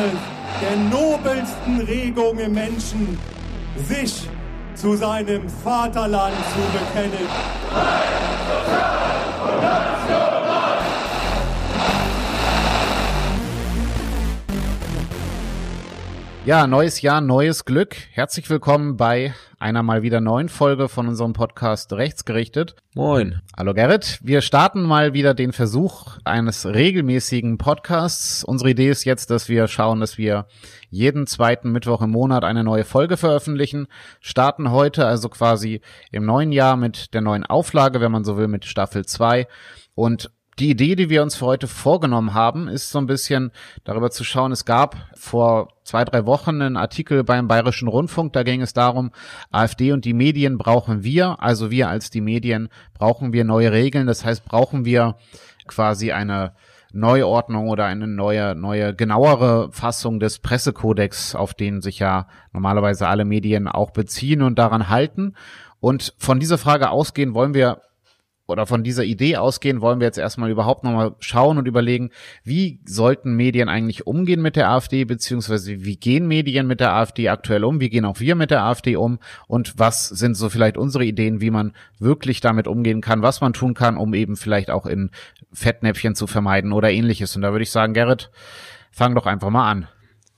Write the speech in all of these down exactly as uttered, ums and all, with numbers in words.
eines der nobelsten Regungen im Menschen, sich zu seinem Vaterland zu bekennen. Ja, neues Jahr, neues Glück. Herzlich willkommen bei einer mal wieder neuen Folge von unserem Podcast Rechtsgerichtet. Moin. Hallo Gerrit. Wir starten mal wieder den Versuch eines regelmäßigen Podcasts. Unsere Idee ist jetzt, dass wir schauen, dass wir jeden zweiten Mittwoch im Monat eine neue Folge veröffentlichen. Starten heute also quasi im neuen Jahr mit der neuen Auflage, wenn man so will, mit Staffel zwei. Und die Idee, die wir uns für heute vorgenommen haben, ist so ein bisschen darüber zu schauen, es gab vor zwei, drei Wochen einen Artikel beim Bayerischen Rundfunk, da ging es darum, AfD und die Medien brauchen wir, also wir als die Medien brauchen wir neue Regeln, das heißt, brauchen wir quasi eine Neuordnung oder eine neue, neue, genauere Fassung des Pressekodex, auf den sich ja normalerweise alle Medien auch beziehen und daran halten. Und von dieser Frage ausgehen wollen wir oder von dieser Idee ausgehen, wollen wir jetzt erstmal überhaupt nochmal schauen und überlegen, wie sollten Medien eigentlich umgehen mit der AfD, beziehungsweise wie gehen Medien mit der AfD aktuell um, wie gehen auch wir mit der AfD um und was sind so vielleicht unsere Ideen, wie man wirklich damit umgehen kann, was man tun kann, um eben vielleicht auch in Fettnäpfchen zu vermeiden oder ähnliches. Und da würde ich sagen, Gerrit, fang doch einfach mal an.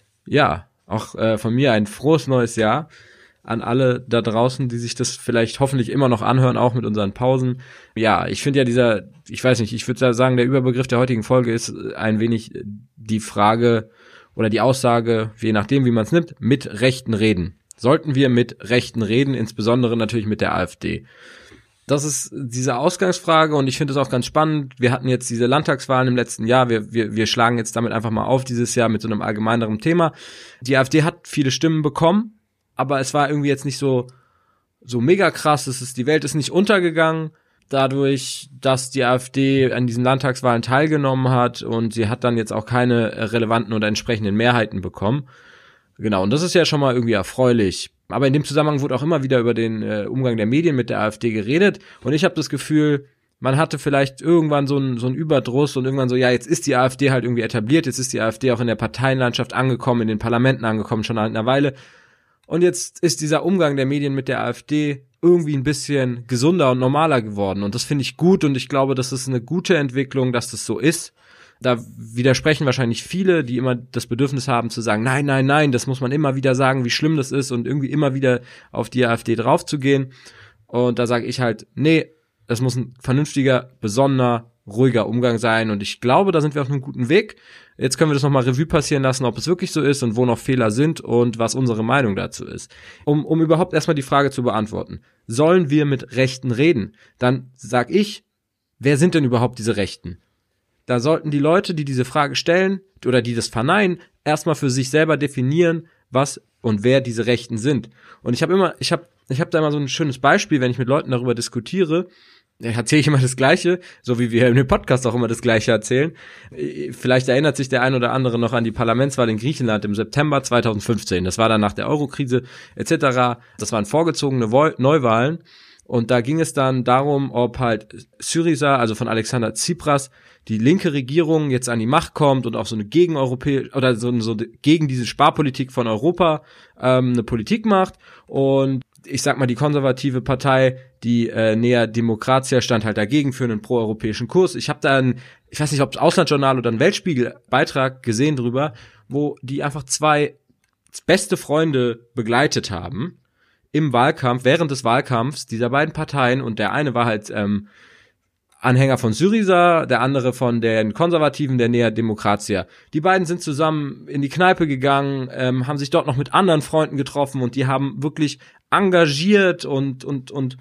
Ja, auch äh, von mir ein frohes neues Jahr an alle da draußen, die sich das vielleicht hoffentlich immer noch anhören, auch mit unseren Pausen. Ja, ich finde ja dieser, ich weiß nicht, ich würde sagen, der Überbegriff der heutigen Folge ist ein wenig die Frage oder die Aussage, je nachdem, wie man es nimmt, mit Rechten reden. Sollten wir mit Rechten reden, insbesondere natürlich mit der AfD? Das ist diese Ausgangsfrage und ich finde es auch ganz spannend. Wir hatten jetzt diese Landtagswahlen im letzten Jahr. Wir, wir, wir schlagen jetzt damit einfach mal auf dieses Jahr mit so einem allgemeineren Thema. Die AfD hat viele Stimmen bekommen, aber es war irgendwie jetzt nicht so so mega krass. Es ist, die Welt ist nicht untergegangen dadurch, dass die AfD an diesen Landtagswahlen teilgenommen hat und sie hat dann jetzt auch keine relevanten oder entsprechenden Mehrheiten bekommen. Genau, und das ist ja schon mal irgendwie erfreulich. Aber in dem Zusammenhang wurde auch immer wieder über den äh, Umgang der Medien mit der AfD geredet und ich habe das Gefühl, man hatte vielleicht irgendwann so einen so einen Überdruss und irgendwann so, ja, jetzt ist die AfD halt irgendwie etabliert, jetzt ist die AfD auch in der Parteienlandschaft angekommen, in den Parlamenten angekommen, schon eine Weile. Und jetzt ist dieser Umgang der Medien mit der AfD irgendwie ein bisschen gesunder und normaler geworden. Und das finde ich gut und ich glaube, das ist eine gute Entwicklung, dass das so ist. Da widersprechen wahrscheinlich viele, die immer das Bedürfnis haben zu sagen, nein, nein, nein, das muss man immer wieder sagen, wie schlimm das ist und irgendwie immer wieder auf die AfD draufzugehen. Und da sage ich halt, nee, das muss ein vernünftiger, besonderer, ruhiger Umgang sein und ich glaube, da sind wir auf einem guten Weg. Jetzt können wir das nochmal Revue passieren lassen, ob es wirklich so ist und wo noch Fehler sind und was unsere Meinung dazu ist. Um, um überhaupt erstmal die Frage zu beantworten, sollen wir mit Rechten reden? Dann sag ich, wer sind denn überhaupt diese Rechten? Da sollten die Leute, die diese Frage stellen oder die das verneinen, erstmal für sich selber definieren, was und wer diese Rechten sind. Und ich habe immer, ich habe, ich habe da immer so ein schönes Beispiel, wenn ich mit Leuten darüber diskutiere, erzähle ich immer das Gleiche, so wie wir in dem Podcast auch immer das Gleiche erzählen. Vielleicht erinnert sich der ein oder andere noch an die Parlamentswahl in Griechenland im September zweitausendfünfzehn. Das war dann nach der Eurokrise et cetera. Das waren vorgezogene Neuwahlen und da ging es dann darum, ob halt Syriza, also von Alexander Tsipras, die linke Regierung jetzt an die Macht kommt und auch so eine gegeneuropäische oder so, so gegen diese Sparpolitik von Europa ähm, eine Politik macht und ich sag mal, die konservative Partei, die äh, Nea Dimokratia, stand halt dagegen für einen proeuropäischen Kurs. Ich habe da einen, ich weiß nicht, ob es Auslandsjournal oder ein Weltspiegel-Beitrag gesehen drüber, wo die einfach zwei beste Freunde begleitet haben im Wahlkampf, während des Wahlkampfs dieser beiden Parteien und der eine war halt ähm, Anhänger von Syriza, der andere von den Konservativen, der Nea Dimokratia. Die beiden sind zusammen in die Kneipe gegangen, ähm, haben sich dort noch mit anderen Freunden getroffen und die haben wirklich engagiert und und und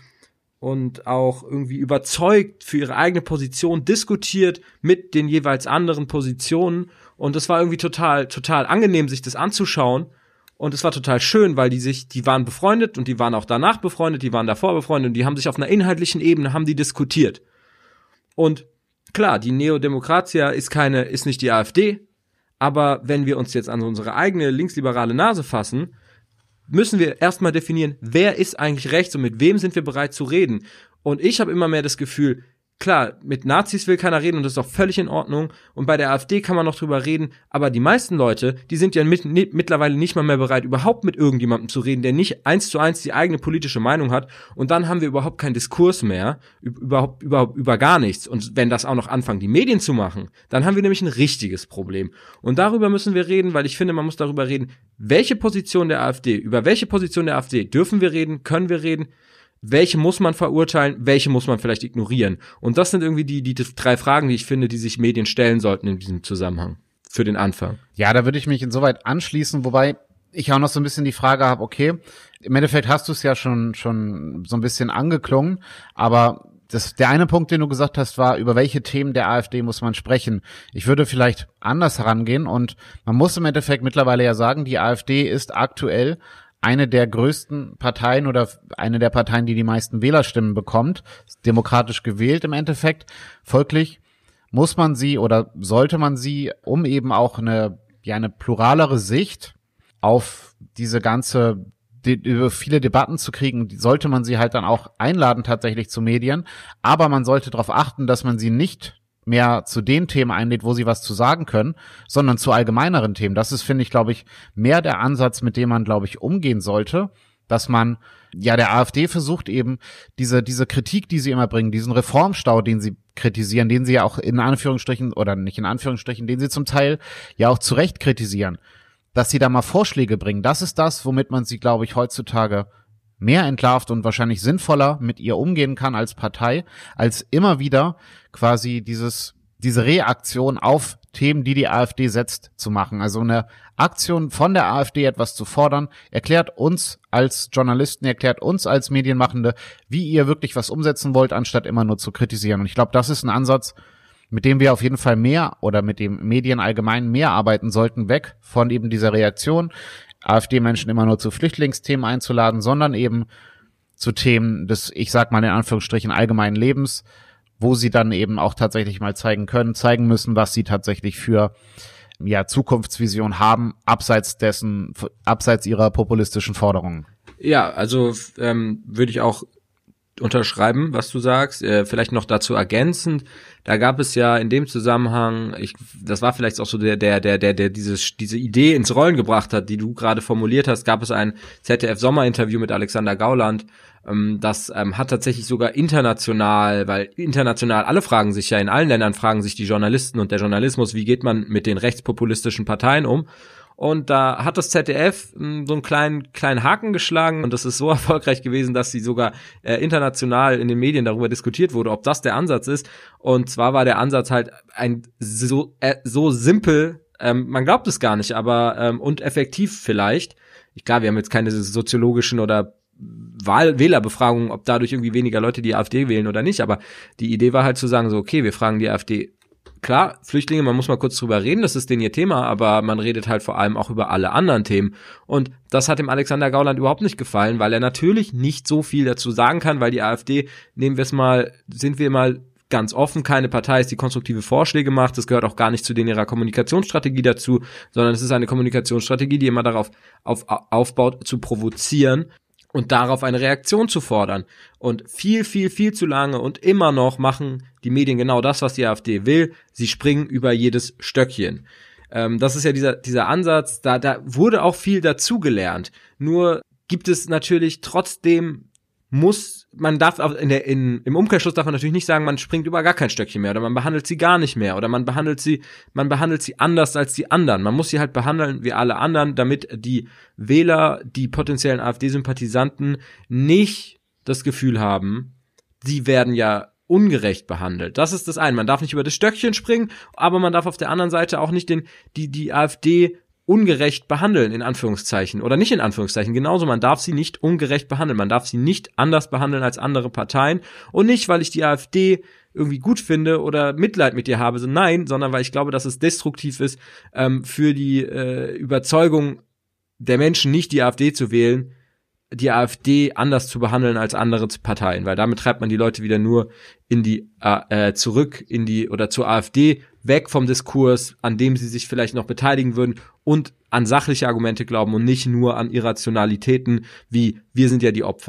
und auch irgendwie überzeugt für ihre eigene Position diskutiert mit den jeweils anderen Positionen und es war irgendwie total total angenehm, sich das anzuschauen. Und es war total schön, weil die sich, die waren befreundet und die waren auch danach befreundet, die waren davor befreundet und die haben sich auf einer inhaltlichen Ebene, haben die diskutiert. Und klar, die Nea Dimokratia ist keine, ist nicht die AfD, aber wenn wir uns jetzt an unsere eigene linksliberale Nase fassen, müssen wir erstmal definieren, wer ist eigentlich rechts und mit wem sind wir bereit zu reden. Und ich habe immer mehr das Gefühl, klar, mit Nazis will keiner reden und das ist auch völlig in Ordnung. Und bei der AfD kann man noch drüber reden. Aber die meisten Leute, die sind ja mit, ne, mittlerweile nicht mal mehr bereit, überhaupt mit irgendjemandem zu reden, der nicht eins zu eins die eigene politische Meinung hat. Und dann haben wir überhaupt keinen Diskurs mehr, überhaupt über, über gar nichts. Und wenn das auch noch anfangen, die Medien zu machen, dann haben wir nämlich ein richtiges Problem. Und darüber müssen wir reden, weil ich finde, man muss darüber reden, welche Position der AfD, über welche Position der AfD dürfen wir reden, können wir reden, welche muss man verurteilen, welche muss man vielleicht ignorieren. Und das sind irgendwie die, die drei Fragen, die ich finde, die sich Medien stellen sollten in diesem Zusammenhang. Für den Anfang. Ja, da würde ich mich insoweit anschließen, wobei ich auch noch so ein bisschen die Frage habe, okay, im Endeffekt hast du es ja schon, schon so ein bisschen angeklungen, aber das, der eine Punkt, den du gesagt hast, war, über welche Themen der AfD muss man sprechen. Ich würde vielleicht anders herangehen und man muss im Endeffekt mittlerweile ja sagen, die AfD ist aktuell eine der größten Parteien oder eine der Parteien, die die meisten Wählerstimmen bekommt, ist demokratisch gewählt im Endeffekt. Folglich muss man sie oder sollte man sie, um eben auch eine, ja, eine pluralere Sicht auf diese ganze, die, über viele Debatten zu kriegen, sollte man sie halt dann auch einladen tatsächlich zu Medien. Aber man sollte darauf achten, dass man sie nicht mehr zu den Themen einlädt, wo sie was zu sagen können, sondern zu allgemeineren Themen. Das ist, finde ich, glaube ich, mehr der Ansatz, mit dem man, glaube ich, umgehen sollte, dass man ja der AfD versucht eben diese diese Kritik, die sie immer bringen, diesen Reformstau, den sie kritisieren, den sie ja auch in Anführungsstrichen oder nicht in Anführungsstrichen, den sie zum Teil ja auch zu Recht kritisieren, dass sie da mal Vorschläge bringen. Das ist das, womit man sie, glaube ich, heutzutage mehr entlarvt und wahrscheinlich sinnvoller mit ihr umgehen kann als Partei, als immer wieder quasi dieses diese Reaktion auf Themen, die die AfD setzt, zu machen. Also eine Aktion von der AfD etwas zu fordern, erklärt uns als Journalisten, erklärt uns als Medienmachende, wie ihr wirklich was umsetzen wollt, anstatt immer nur zu kritisieren. Und ich glaube, das ist ein Ansatz, mit dem wir auf jeden Fall mehr oder mit dem Medien allgemein mehr arbeiten sollten, weg von eben dieser Reaktion, AfD-Menschen immer nur zu Flüchtlingsthemen einzuladen, sondern eben zu Themen des, ich sag mal in Anführungsstrichen, allgemeinen Lebens, wo sie dann eben auch tatsächlich mal zeigen können, zeigen müssen, was sie tatsächlich für ja Zukunftsvision haben, abseits dessen, abseits ihrer populistischen Forderungen. Ja, also ähm, würde ich auch unterschreiben, was du sagst. Äh, vielleicht noch dazu ergänzend, da gab es ja in dem Zusammenhang, ich, das war vielleicht auch so der, der, der, der, der dieses, diese Idee ins Rollen gebracht hat, die du gerade formuliert hast, gab es ein Z D F-Sommerinterview mit Alexander Gauland. Ähm, das ähm, hat tatsächlich sogar international, weil international alle fragen sich ja, in allen Ländern fragen sich die Journalisten und der Journalismus, wie geht man mit den rechtspopulistischen Parteien um? Und da hat das Z D F mh, so einen kleinen kleinen Haken geschlagen und das ist so erfolgreich gewesen, dass sie sogar äh, international in den Medien darüber diskutiert wurde, ob das der Ansatz ist. Und zwar war der Ansatz halt ein so äh, so simpel, ähm, man glaubt es gar nicht, aber ähm, und effektiv vielleicht. Ich klar, wir haben jetzt keine soziologischen oder Wahl- Wählerbefragungen, ob dadurch irgendwie weniger Leute die AfD wählen oder nicht, aber die Idee war halt zu sagen, so okay, wir fragen die AfD. Klar, Flüchtlinge, man muss mal kurz drüber reden, das ist denen ihr Thema, aber man redet halt vor allem auch über alle anderen Themen. Und das hat dem Alexander Gauland überhaupt nicht gefallen, weil er natürlich nicht so viel dazu sagen kann, weil die AfD, nehmen wir es mal, sind wir mal ganz offen, keine Partei ist, die konstruktive Vorschläge macht, das gehört auch gar nicht zu denen ihrer Kommunikationsstrategie dazu, sondern es ist eine Kommunikationsstrategie, die immer darauf auf, aufbaut, zu provozieren und darauf eine Reaktion zu fordern. Und viel, viel, viel zu lange und immer noch machen die Medien genau das, was die AfD will. Sie springen über jedes Stöckchen. Ähm, das ist ja dieser dieser Ansatz, da da wurde auch viel dazugelernt. Nur gibt es natürlich trotzdem, muss, man darf auch in der, in, im Umkehrschluss darf man natürlich nicht sagen, man springt über gar kein Stöckchen mehr oder man behandelt sie gar nicht mehr oder man behandelt sie, man behandelt sie anders als die anderen. Man muss sie halt behandeln wie alle anderen, damit die Wähler, die potenziellen AfD-Sympathisanten nicht das Gefühl haben, sie werden ja ungerecht behandelt. Das ist das eine. Man darf nicht über das Stöckchen springen, aber man darf auf der anderen Seite auch nicht den, die, die AfD ungerecht behandeln, in Anführungszeichen, oder nicht in Anführungszeichen, genauso, man darf sie nicht ungerecht behandeln, man darf sie nicht anders behandeln als andere Parteien und nicht, weil ich die AfD irgendwie gut finde oder Mitleid mit ihr habe, so nein, sondern weil ich glaube, dass es destruktiv ist, ähm, für die äh, Überzeugung der Menschen, nicht die AfD zu wählen, die AfD anders zu behandeln als andere Parteien, weil damit treibt man die Leute wieder nur in die äh, zurück in die oder zur AfD, weg vom Diskurs, an dem sie sich vielleicht noch beteiligen würden und an sachliche Argumente glauben und nicht nur an Irrationalitäten wie wir sind ja die Opfer.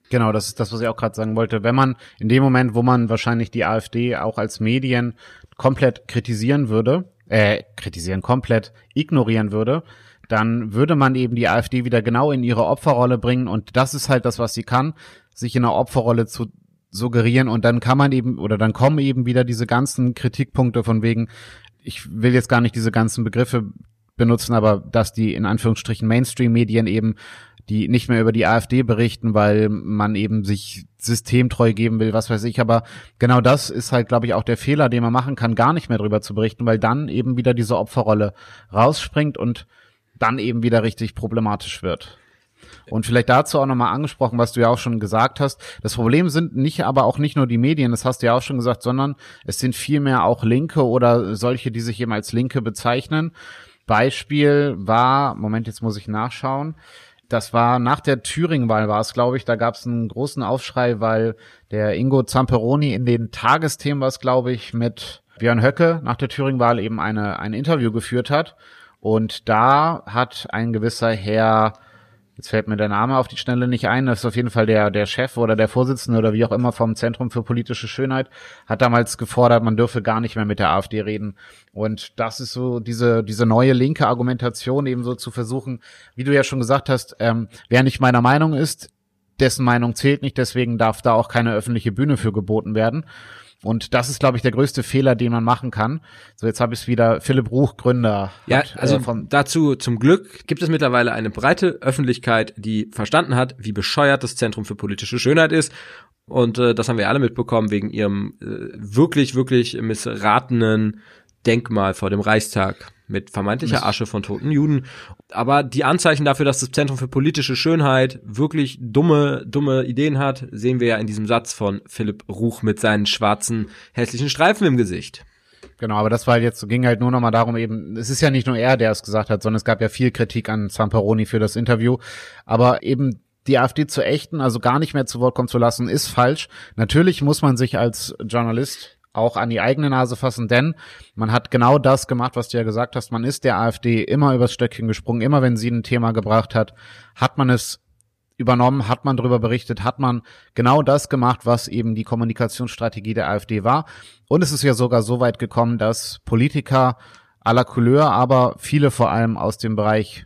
Genau, das ist das, was ich auch gerade sagen wollte. Wenn man in dem Moment, wo man wahrscheinlich die AfD auch als Medien komplett kritisieren würde, äh, kritisieren, komplett ignorieren würde, dann würde man eben die AfD wieder genau in ihre Opferrolle bringen und das ist halt das, was sie kann, sich in einer Opferrolle zu suggerieren und dann kann man eben, oder dann kommen eben wieder diese ganzen Kritikpunkte von wegen, ich will jetzt gar nicht diese ganzen Begriffe benutzen, aber dass die in Anführungsstrichen Mainstream-Medien eben die nicht mehr über die AfD berichten, weil man eben sich systemtreu geben will, was weiß ich. Aber genau das ist halt, glaube ich, auch der Fehler, den man machen kann, gar nicht mehr drüber zu berichten, weil dann eben wieder diese Opferrolle rausspringt und dann eben wieder richtig problematisch wird. Und vielleicht dazu auch nochmal angesprochen, was du ja auch schon gesagt hast. Das Problem sind nicht, aber auch nicht nur die Medien, das hast du ja auch schon gesagt, sondern es sind vielmehr auch Linke oder solche, die sich eben als Linke bezeichnen. Beispiel war, Moment, jetzt muss ich nachschauen. Das war nach der Thüringen-Wahl war es, glaube ich, da gab es einen großen Aufschrei, weil der Ingo Zamperoni in den Tagesthemen, was glaube ich, mit Björn Höcke nach der Thüringen-Wahl eben eine ein Interview geführt hat. Und da hat ein gewisser Herr, jetzt fällt mir der Name auf die Schnelle nicht ein, das ist auf jeden Fall der der Chef oder der Vorsitzende oder wie auch immer vom Zentrum für politische Schönheit, hat damals gefordert, man dürfe gar nicht mehr mit der AfD reden. Und das ist so diese diese neue linke Argumentation, eben so zu versuchen, wie du ja schon gesagt hast, ähm, wer nicht meiner Meinung ist, dessen Meinung zählt nicht, deswegen darf da auch keine öffentliche Bühne für geboten werden. Und das ist, glaube ich, der größte Fehler, den man machen kann. So, jetzt habe ich es wieder. Philipp Ruch, Gründer. Ja, hat, also äh, vom dazu zum Glück gibt es mittlerweile eine breite Öffentlichkeit, die verstanden hat, wie bescheuert das Zentrum für politische Schönheit ist. Und äh, das haben wir alle mitbekommen wegen ihrem äh, wirklich, wirklich missratenen Denkmal vor dem Reichstag mit vermeintlicher Asche von toten Juden. Aber die Anzeichen dafür, dass das Zentrum für politische Schönheit wirklich dumme, dumme Ideen hat, sehen wir ja in diesem Satz von Philipp Ruch mit seinen schwarzen, hässlichen Streifen im Gesicht. Genau, aber das war halt jetzt, ging halt nur noch mal darum eben, es ist ja nicht nur er, der es gesagt hat, sondern es gab ja viel Kritik an Zamperoni für das Interview. Aber eben die AfD zu ächten, also gar nicht mehr zu Wort kommen zu lassen, ist falsch. Natürlich muss man sich als Journalist auch an die eigene Nase fassen, denn man hat genau das gemacht, was du ja gesagt hast. Man ist der AfD immer übers Stöckchen gesprungen. Immer wenn sie ein Thema gebracht hat, hat man es übernommen, hat man darüber berichtet, hat man genau das gemacht, was eben die Kommunikationsstrategie der AfD war. Und es ist ja sogar so weit gekommen, dass Politiker à la Couleur, aber viele vor allem aus dem Bereich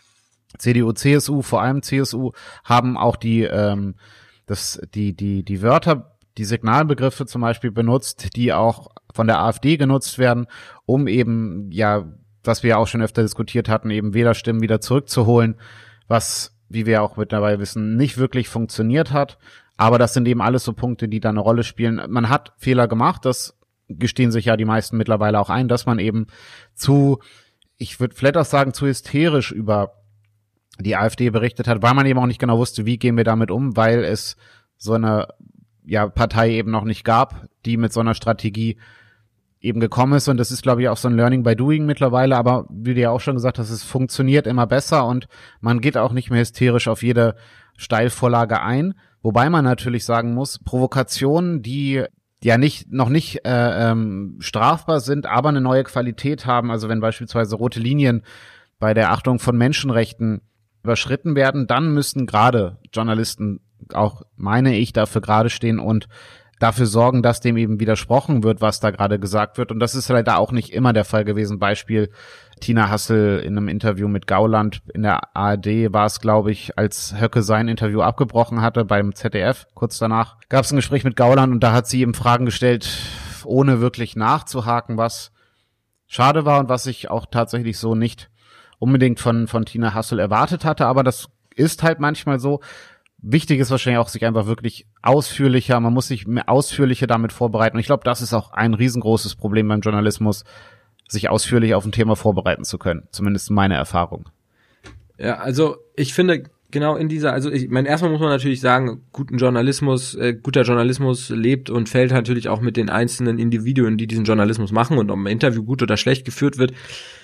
C D U, C S U, vor allem C S U, haben auch die, ähm, das, die, die, die Wörter, die Signalbegriffe zum Beispiel benutzt, die auch von der AfD genutzt werden, um eben, ja, was wir ja auch schon öfter diskutiert hatten, eben Wählerstimmen wieder zurückzuholen, was, wie wir auch mittlerweile wissen, nicht wirklich funktioniert hat. Aber das sind eben alles so Punkte, die da eine Rolle spielen. Man hat Fehler gemacht, das gestehen sich ja die meisten mittlerweile auch ein, dass man eben zu, ich würde vielleicht auch sagen, zu hysterisch über die AfD berichtet hat, weil man eben auch nicht genau wusste, wie gehen wir damit um, weil es so eine ja Partei eben noch nicht gab, die mit so einer Strategie eben gekommen ist. Und das ist, glaube ich, auch so ein Learning by Doing mittlerweile. Aber wie du ja auch schon gesagt hast, es funktioniert immer besser und man geht auch nicht mehr hysterisch auf jede Steilvorlage ein. Wobei man natürlich sagen muss, Provokationen, die ja nicht noch nicht äh, ähm, strafbar sind, aber eine neue Qualität haben, also wenn beispielsweise rote Linien bei der Achtung von Menschenrechten überschritten werden, dann müssten gerade Journalisten auch, meine ich, dafür gerade stehen und dafür sorgen, dass dem eben widersprochen wird, was da gerade gesagt wird. Und das ist leider auch nicht immer der Fall gewesen. Beispiel Tina Hassel in einem Interview mit Gauland in der A R D war es, glaube ich, als Höcke sein Interview abgebrochen hatte beim Z D F. Kurz danach gab es ein Gespräch mit Gauland und da hat sie ihm Fragen gestellt, ohne wirklich nachzuhaken, was schade war und was ich auch tatsächlich so nicht unbedingt von von Tina Hassel erwartet hatte. Aber das ist halt manchmal so. Wichtig ist wahrscheinlich auch, sich einfach wirklich ausführlicher, man muss sich mehr ausführlicher damit vorbereiten. Und ich glaube, das ist auch ein riesengroßes Problem beim Journalismus, sich ausführlich auf ein Thema vorbereiten zu können. Zumindest meine Erfahrung. Ja, also ich finde genau in dieser, also ich meine, erstmal muss man natürlich sagen, guten Journalismus, äh, guter Journalismus lebt und fällt natürlich auch mit den einzelnen Individuen, die diesen Journalismus machen, und ob ein Interview gut oder schlecht geführt wird,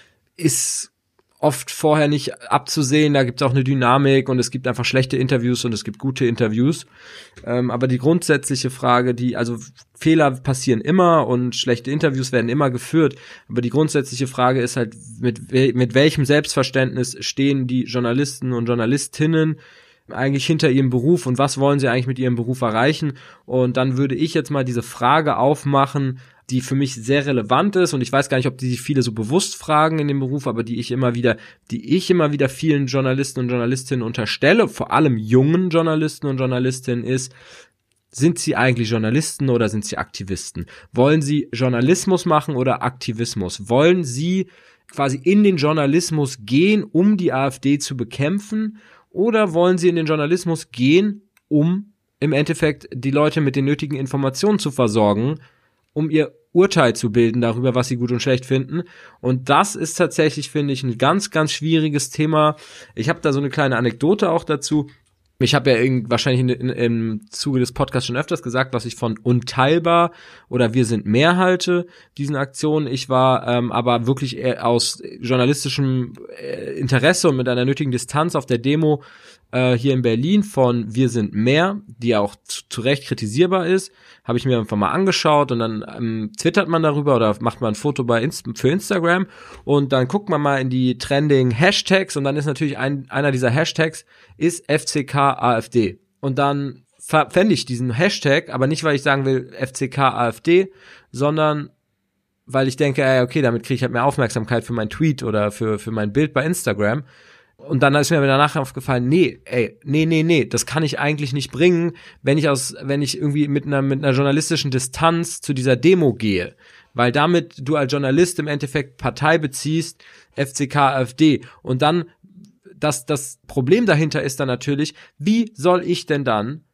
ist oft vorher nicht abzusehen. Da gibt es auch eine Dynamik und es gibt einfach schlechte Interviews und es gibt gute Interviews. Ähm, aber die grundsätzliche Frage, die, also Fehler passieren immer und schlechte Interviews werden immer geführt. Aber die grundsätzliche Frage ist halt, mit, mit welchem Selbstverständnis stehen die Journalisten und Journalistinnen eigentlich hinter ihrem Beruf und was wollen sie eigentlich mit ihrem Beruf erreichen? Und dann würde ich jetzt mal diese Frage aufmachen, die für mich sehr relevant ist, und ich weiß gar nicht, ob die sich viele so bewusst fragen in dem Beruf, aber die ich immer wieder, die ich immer wieder vielen Journalisten und Journalistinnen unterstelle, vor allem jungen Journalisten und Journalistinnen, ist: Sind sie eigentlich Journalisten oder sind sie Aktivisten? Wollen sie Journalismus machen oder Aktivismus? Wollen sie quasi in den Journalismus gehen, um die AfD zu bekämpfen? Oder wollen sie in den Journalismus gehen, um im Endeffekt die Leute mit den nötigen Informationen zu versorgen, um ihr Urteil zu bilden darüber, was sie gut und schlecht finden? Und das ist tatsächlich, finde ich, ein ganz, ganz schwieriges Thema. Ich habe da so eine kleine Anekdote auch dazu. Ich habe ja irgend, wahrscheinlich in, in, im Zuge des Podcasts schon öfters gesagt, was ich von Unteilbar oder Wir sind mehr halte, diesen Aktionen. Ich war ähm, aber wirklich eher aus journalistischem äh, Interesse und mit einer nötigen Distanz auf der Demo äh, hier in Berlin von Wir sind mehr, die ja auch zu, zu Recht kritisierbar ist, habe ich mir einfach mal angeschaut, und dann ähm, twittert man darüber oder macht man ein Foto bei Inst- für Instagram, und dann guckt man mal in die trending Hashtags, und dann ist natürlich ein, einer dieser Hashtags ist F C K AfD. Und dann fände ich diesen Hashtag, aber nicht, weil ich sagen will F C K AfD, sondern weil ich denke, ey, okay, damit kriege ich halt mehr Aufmerksamkeit für meinen Tweet oder für für mein Bild bei Instagram. Und dann ist mir danach aufgefallen, nee, ey, nee, nee, nee, das kann ich eigentlich nicht bringen, wenn ich aus, wenn ich irgendwie mit einer, mit einer journalistischen Distanz zu dieser Demo gehe. Weil damit du als Journalist im Endeffekt Partei beziehst, F C K AfD. Und dann, das, das Problem dahinter ist dann natürlich, wie soll ich denn dann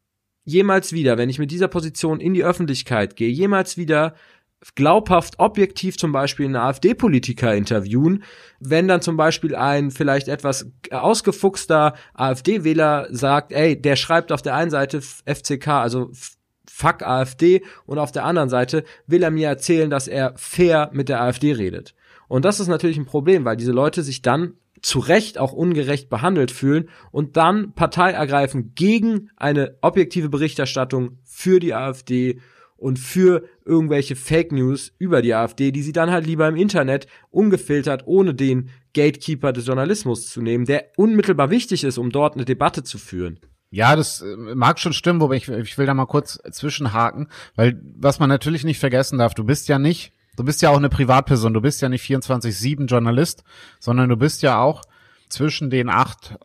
jemals wieder, wenn ich mit dieser Position in die Öffentlichkeit gehe, jemals wieder glaubhaft, objektiv zum Beispiel einen AfD-Politiker interviewen, wenn dann zum Beispiel ein vielleicht etwas ausgefuchster AfD-Wähler sagt, ey, der schreibt auf der einen Seite F C K, also Fuck AfD, und auf der anderen Seite will er mir erzählen, dass er fair mit der AfD redet. Und das ist natürlich ein Problem, weil diese Leute sich dann zu Recht auch ungerecht behandelt fühlen und dann Partei ergreifen gegen eine objektive Berichterstattung für die AfD und für irgendwelche Fake News über die AfD, die sie dann halt lieber im Internet ungefiltert, ohne den Gatekeeper des Journalismus zu nehmen, der unmittelbar wichtig ist, um dort eine Debatte zu führen. Ja, das mag schon stimmen, wobei ich, ich will da mal kurz zwischenhaken, weil was man natürlich nicht vergessen darf, du bist ja nicht, du bist ja auch eine Privatperson, du bist ja nicht vierundzwanzig sieben Journalist, sondern du bist ja auch zwischen den acht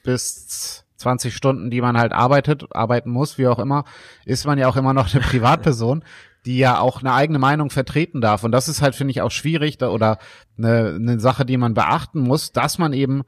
bis zwanzig Stunden, die man halt arbeitet, arbeiten muss, wie auch immer, ist man ja auch immer noch eine Privatperson, die ja auch eine eigene Meinung vertreten darf. Und das ist halt, finde ich, auch schwierig da, oder eine, eine Sache, die man beachten muss, dass man eben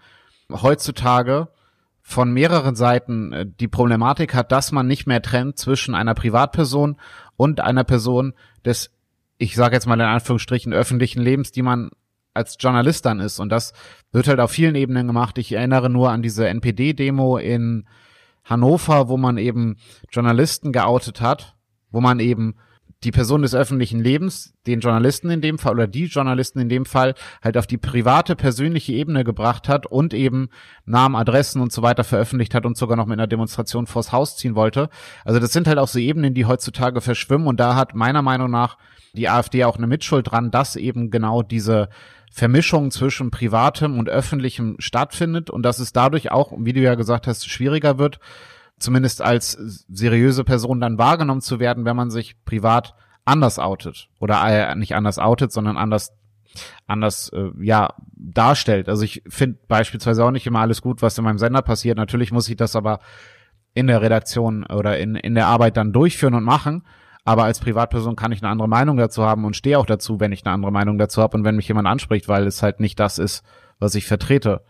heutzutage von mehreren Seiten die Problematik hat, dass man nicht mehr trennt zwischen einer Privatperson und einer Person des, ich sage jetzt mal in Anführungsstrichen, öffentlichen Lebens, die man als Journalist dann ist. Und das wird halt auf vielen Ebenen gemacht. Ich erinnere nur an diese N P D-Demo in Hannover, wo man eben Journalisten geoutet hat, wo man eben die Person des öffentlichen Lebens, den Journalisten in dem Fall oder die Journalisten in dem Fall, halt auf die private, persönliche Ebene gebracht hat und eben Namen, Adressen und so weiter veröffentlicht hat und sogar noch mit einer Demonstration vors Haus ziehen wollte. Also das sind halt auch so Ebenen, die heutzutage verschwimmen, und da hat meiner Meinung nach die AfD auch eine Mitschuld dran, dass eben genau diese Vermischung zwischen Privatem und Öffentlichem stattfindet und dass es dadurch auch, wie du ja gesagt hast, schwieriger wird, zumindest als seriöse Person dann wahrgenommen zu werden, wenn man sich privat anders outet oder äh, nicht anders outet, sondern anders anders äh, ja darstellt. Also ich finde beispielsweise auch nicht immer alles gut, was in meinem Sender passiert. Natürlich muss ich das aber in der Redaktion oder in in der Arbeit dann durchführen und machen. Aber als Privatperson kann ich eine andere Meinung dazu haben und stehe auch dazu, wenn ich eine andere Meinung dazu habe und wenn mich jemand anspricht, weil es halt nicht das ist, was ich vertrete.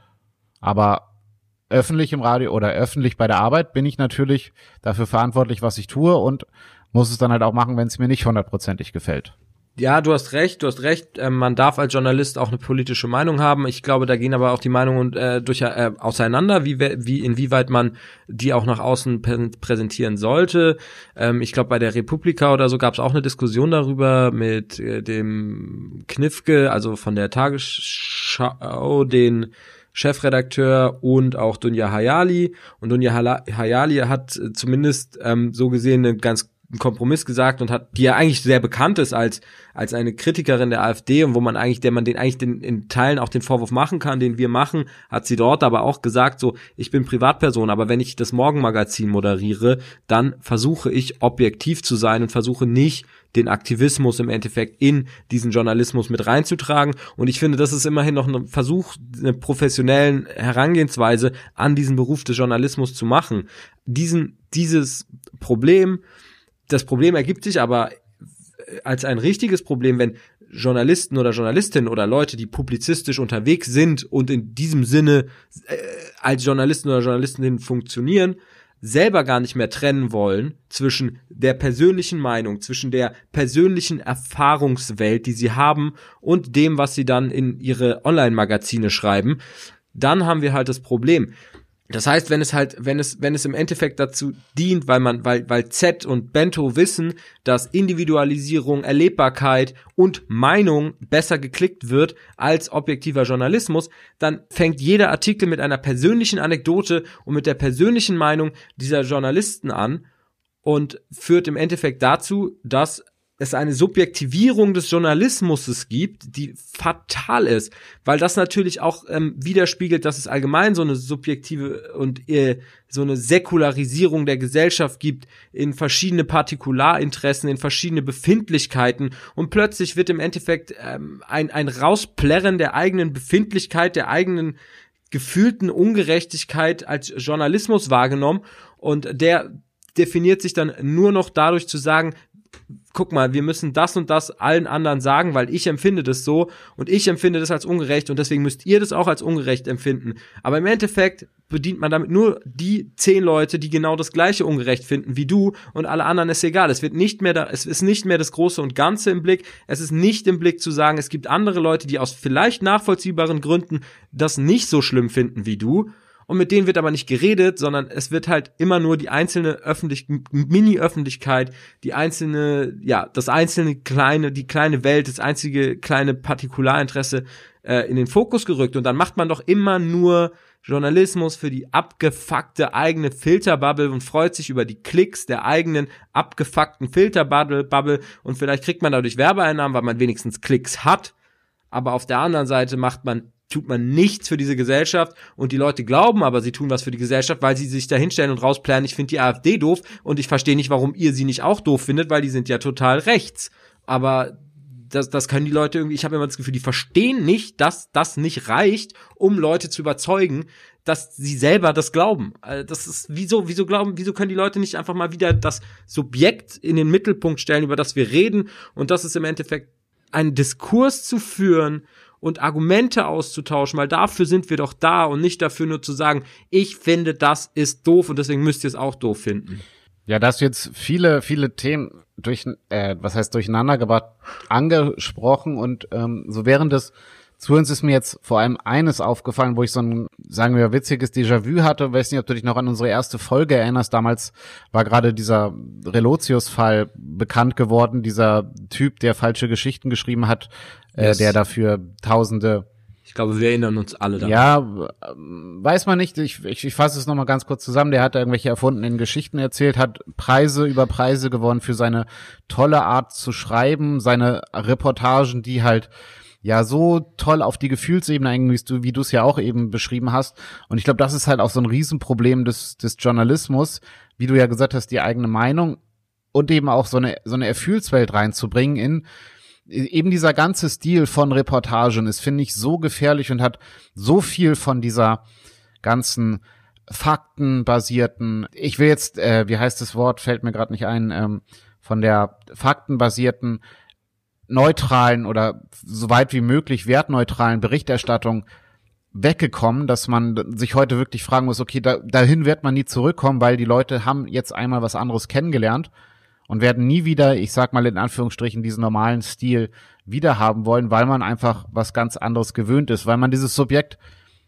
Aber öffentlich im Radio oder öffentlich bei der Arbeit bin ich natürlich dafür verantwortlich, was ich tue, und muss es dann halt auch machen, wenn es mir nicht hundertprozentig gefällt. Ja, du hast recht, du hast recht. Ähm, man darf als Journalist auch eine politische Meinung haben. Ich glaube, da gehen aber auch die Meinungen äh, durch äh, auseinander, wie wie inwieweit man die auch nach außen präsentieren sollte. Ähm, ich glaube, bei der Republika oder so gab es auch eine Diskussion darüber mit äh, dem Knifke, also von der Tagesschau, den Chefredakteur, und auch Dunja Hayali. Und Dunja Hayali hat zumindest ähm, so gesehen eine ganz einen Kompromiss gesagt und hat, die ja eigentlich sehr bekannt ist als als eine Kritikerin der AfD und wo man eigentlich, der man den eigentlich den, in Teilen auch den Vorwurf machen kann, den wir machen, hat sie dort aber auch gesagt, so, ich bin Privatperson, aber wenn ich das Morgenmagazin moderiere, dann versuche ich objektiv zu sein und versuche nicht den Aktivismus im Endeffekt in diesen Journalismus mit reinzutragen. Und ich finde, das ist immerhin noch ein Versuch, eine professionelle Herangehensweise an diesen Beruf des Journalismus zu machen. Diesen, dieses Problem, das Problem ergibt sich aber als ein richtiges Problem, wenn Journalisten oder Journalistinnen oder Leute, die publizistisch unterwegs sind und in diesem Sinne äh, als Journalisten oder Journalistinnen funktionieren, selber gar nicht mehr trennen wollen zwischen der persönlichen Meinung, zwischen der persönlichen Erfahrungswelt, die sie haben und dem, was sie dann in ihre Online-Magazine schreiben, dann haben wir halt das Problem. Das heißt, wenn es halt, wenn es, wenn es im Endeffekt dazu dient, weil man, weil, weil Z und Bento wissen, dass Individualisierung, Erlebbarkeit und Meinung besser geklickt wird als objektiver Journalismus, dann fängt jeder Artikel mit einer persönlichen Anekdote und mit der persönlichen Meinung dieser Journalisten an und führt im Endeffekt dazu, dass es eine Subjektivierung des Journalismus gibt, die fatal ist, weil das natürlich auch ähm, widerspiegelt, dass es allgemein so eine subjektive und äh, so eine Säkularisierung der Gesellschaft gibt in verschiedene Partikularinteressen, in verschiedene Befindlichkeiten und plötzlich wird im Endeffekt ähm, ein, ein Rausplärren der eigenen Befindlichkeit, der eigenen gefühlten Ungerechtigkeit als Journalismus wahrgenommen und der definiert sich dann nur noch dadurch zu sagen, guck mal, wir müssen das und das allen anderen sagen, weil ich empfinde das so und ich empfinde das als ungerecht und deswegen müsst ihr das auch als ungerecht empfinden. Aber im Endeffekt bedient man damit nur die zehn Leute, die genau das gleiche ungerecht finden wie du und alle anderen ist egal. Es wird nicht mehr da, es ist nicht mehr das Große und Ganze im Blick. Es ist nicht im Blick zu sagen, es gibt andere Leute, die aus vielleicht nachvollziehbaren Gründen das nicht so schlimm finden wie du. Und mit denen wird aber nicht geredet, sondern es wird halt immer nur die einzelne öffentlich Mini-Öffentlichkeit, die einzelne, ja, das einzelne kleine, die kleine Welt, das einzige kleine Partikularinteresse äh, in den Fokus gerückt. Und dann macht man doch immer nur Journalismus für die abgefuckte eigene Filterbubble und freut sich über die Klicks der eigenen abgefuckten Filterbubble Bubble und vielleicht kriegt man dadurch Werbeeinnahmen, weil man wenigstens Klicks hat. Aber auf der anderen Seite macht man tut man nichts für diese Gesellschaft und die Leute glauben aber, sie tun was für die Gesellschaft, weil sie sich da hinstellen und rausplären, ich finde die AfD doof und ich verstehe nicht, warum ihr sie nicht auch doof findet, weil die sind ja total rechts. Aber das, das können die Leute irgendwie, ich habe immer das Gefühl, die verstehen nicht, dass das nicht reicht, um Leute zu überzeugen, dass sie selber das glauben. Das ist, wieso, wieso glauben, wieso können die Leute nicht einfach mal wieder das Subjekt in den Mittelpunkt stellen, über das wir reden und das ist im Endeffekt einen Diskurs zu führen und Argumente auszutauschen, weil dafür sind wir doch da und nicht dafür nur zu sagen, ich finde, das ist doof und deswegen müsst ihr es auch doof finden. Ja, da hast du jetzt viele, viele Themen durch, äh, was heißt durcheinander gebracht, angesprochen und ähm, so während des Zuhörens ist mir jetzt vor allem eines aufgefallen, wo ich so ein, sagen wir, witziges Déjà-vu hatte. Ich weiß nicht, ob du dich noch an unsere erste Folge erinnerst. Damals war gerade dieser Relotius-Fall bekannt geworden, dieser Typ, der falsche Geschichten geschrieben hat, yes. äh, der dafür tausende... Ich glaube, wir erinnern uns alle daran. Ja, weiß man nicht. Ich, ich, ich fasse es nochmal ganz kurz zusammen. Der hat irgendwelche erfundenen Geschichten erzählt, hat Preise über Preise gewonnen für seine tolle Art zu schreiben, seine Reportagen, die halt ja so toll auf die Gefühlsebene eingehen, wie du es ja auch eben beschrieben hast. Und ich glaube, das ist halt auch so ein Riesenproblem des, des Journalismus, wie du ja gesagt hast, die eigene Meinung und eben auch so eine, so eine Gefühlswelt reinzubringen in eben dieser ganze Stil von Reportagen ist, finde ich, so gefährlich und hat so viel von dieser ganzen faktenbasierten, ich will jetzt, äh, wie heißt das Wort, fällt mir gerade nicht ein, ähm, von der faktenbasierten, neutralen oder so weit wie möglich wertneutralen Berichterstattung weggekommen, dass man sich heute wirklich fragen muss, okay, da, dahin wird man nie zurückkommen, weil die Leute haben jetzt einmal was anderes kennengelernt und werden nie wieder, ich sag mal in Anführungsstrichen, diesen normalen Stil wieder haben wollen, weil man einfach was ganz anderes gewöhnt ist, weil man dieses Subjekt,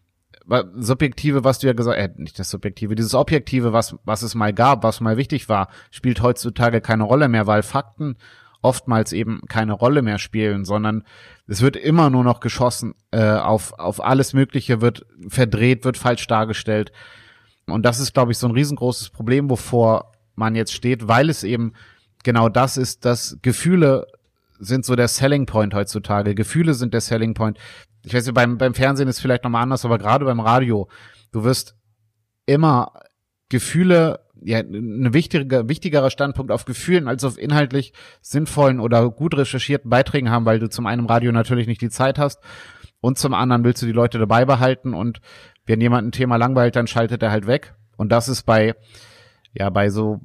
Subjektive, was du ja gesagt, äh, nicht das Subjektive, dieses Objektive, was, was es mal gab, was mal wichtig war, spielt heutzutage keine Rolle mehr, weil Fakten oftmals eben keine Rolle mehr spielen, sondern es wird immer nur noch geschossen äh, auf auf alles Mögliche, wird verdreht, wird falsch dargestellt. Und das ist, glaube ich, so ein riesengroßes Problem, wovor man jetzt steht, weil es eben genau das ist, dass Gefühle sind so der Selling Point heutzutage. Gefühle sind der Selling Point. Ich weiß nicht, beim, beim Fernsehen ist vielleicht nochmal anders, aber gerade beim Radio, du wirst immer Gefühle, ja, ein wichtiger, wichtigerer Standpunkt auf Gefühlen als auf inhaltlich sinnvollen oder gut recherchierten Beiträgen haben, weil du zum einen im Radio natürlich nicht die Zeit hast und zum anderen willst du die Leute dabei behalten und wenn jemand ein Thema langweilt, dann schaltet er halt weg. Und das ist bei, ja, bei so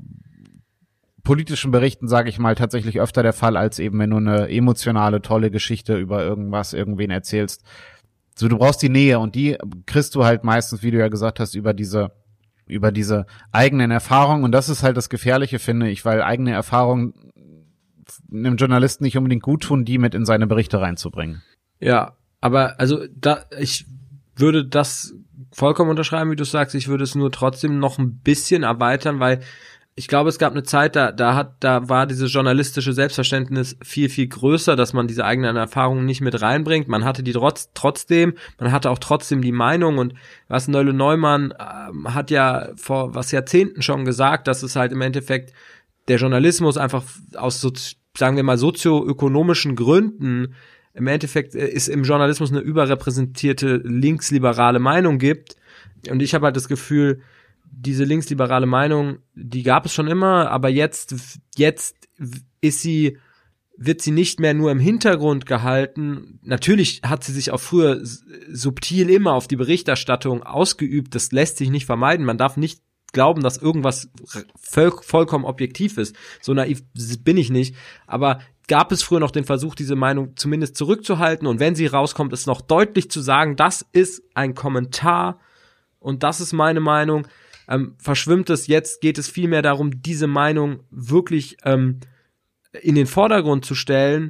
politischen Berichten, sage ich mal, tatsächlich öfter der Fall, als eben, wenn du eine emotionale, tolle Geschichte über irgendwas, irgendwen erzählst. So, du brauchst die Nähe und die kriegst du halt meistens, wie du ja gesagt hast, über diese, über diese eigenen Erfahrungen. Und das ist halt das Gefährliche, finde ich, weil eigene Erfahrungen einem Journalisten nicht unbedingt gut tun, die mit in seine Berichte reinzubringen. Ja, aber also da, ich würde das vollkommen unterschreiben, wie du sagst. Ich würde es nur trotzdem noch ein bisschen erweitern, weil ich glaube, es gab eine Zeit, da, da hat, da war dieses journalistische Selbstverständnis viel, viel größer, dass man diese eigenen Erfahrungen nicht mit reinbringt. Man hatte die trotz, trotzdem, man hatte auch trotzdem die Meinung und was Neule Neumann ähm, hat ja vor was Jahrzehnten schon gesagt, dass es halt im Endeffekt der Journalismus einfach aus, so, sagen wir mal, sozioökonomischen Gründen im Endeffekt ist im Journalismus eine überrepräsentierte linksliberale Meinung gibt. Und ich habe halt das Gefühl, diese linksliberale Meinung, die gab es schon immer, aber jetzt, jetzt ist sie, wird sie nicht mehr nur im Hintergrund gehalten. Natürlich hat sie sich auch früher subtil immer auf die Berichterstattung ausgeübt. Das lässt sich nicht vermeiden. Man darf nicht glauben, dass irgendwas voll, vollkommen objektiv ist. So naiv bin ich nicht. Aber gab es früher noch den Versuch, diese Meinung zumindest zurückzuhalten und wenn sie rauskommt, ist noch deutlich zu sagen, das ist ein Kommentar und das ist meine Meinung. Ähm, verschwimmt es, jetzt geht es vielmehr darum, diese Meinung wirklich ähm, in den Vordergrund zu stellen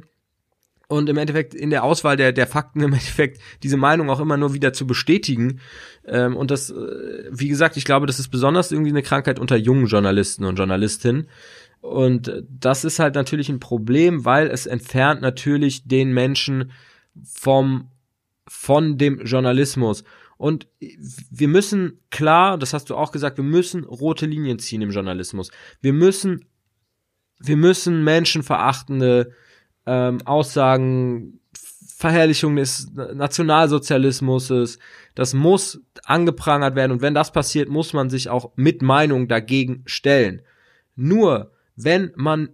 und im Endeffekt in der Auswahl der der Fakten im Endeffekt diese Meinung auch immer nur wieder zu bestätigen. Ähm, und das, äh, wie gesagt, ich glaube, das ist besonders irgendwie eine Krankheit unter jungen Journalisten und Journalistinnen. Und das ist halt natürlich ein Problem, weil es entfernt natürlich den Menschen vom von dem Journalismus. Und wir müssen, klar, das hast du auch gesagt, wir müssen rote Linien ziehen im Journalismus. Wir müssen, wir müssen menschenverachtende ähm, Aussagen, Verherrlichung des Nationalsozialismus, das muss angeprangert werden. Und wenn das passiert, muss man sich auch mit Meinung dagegen stellen. Nur, wenn man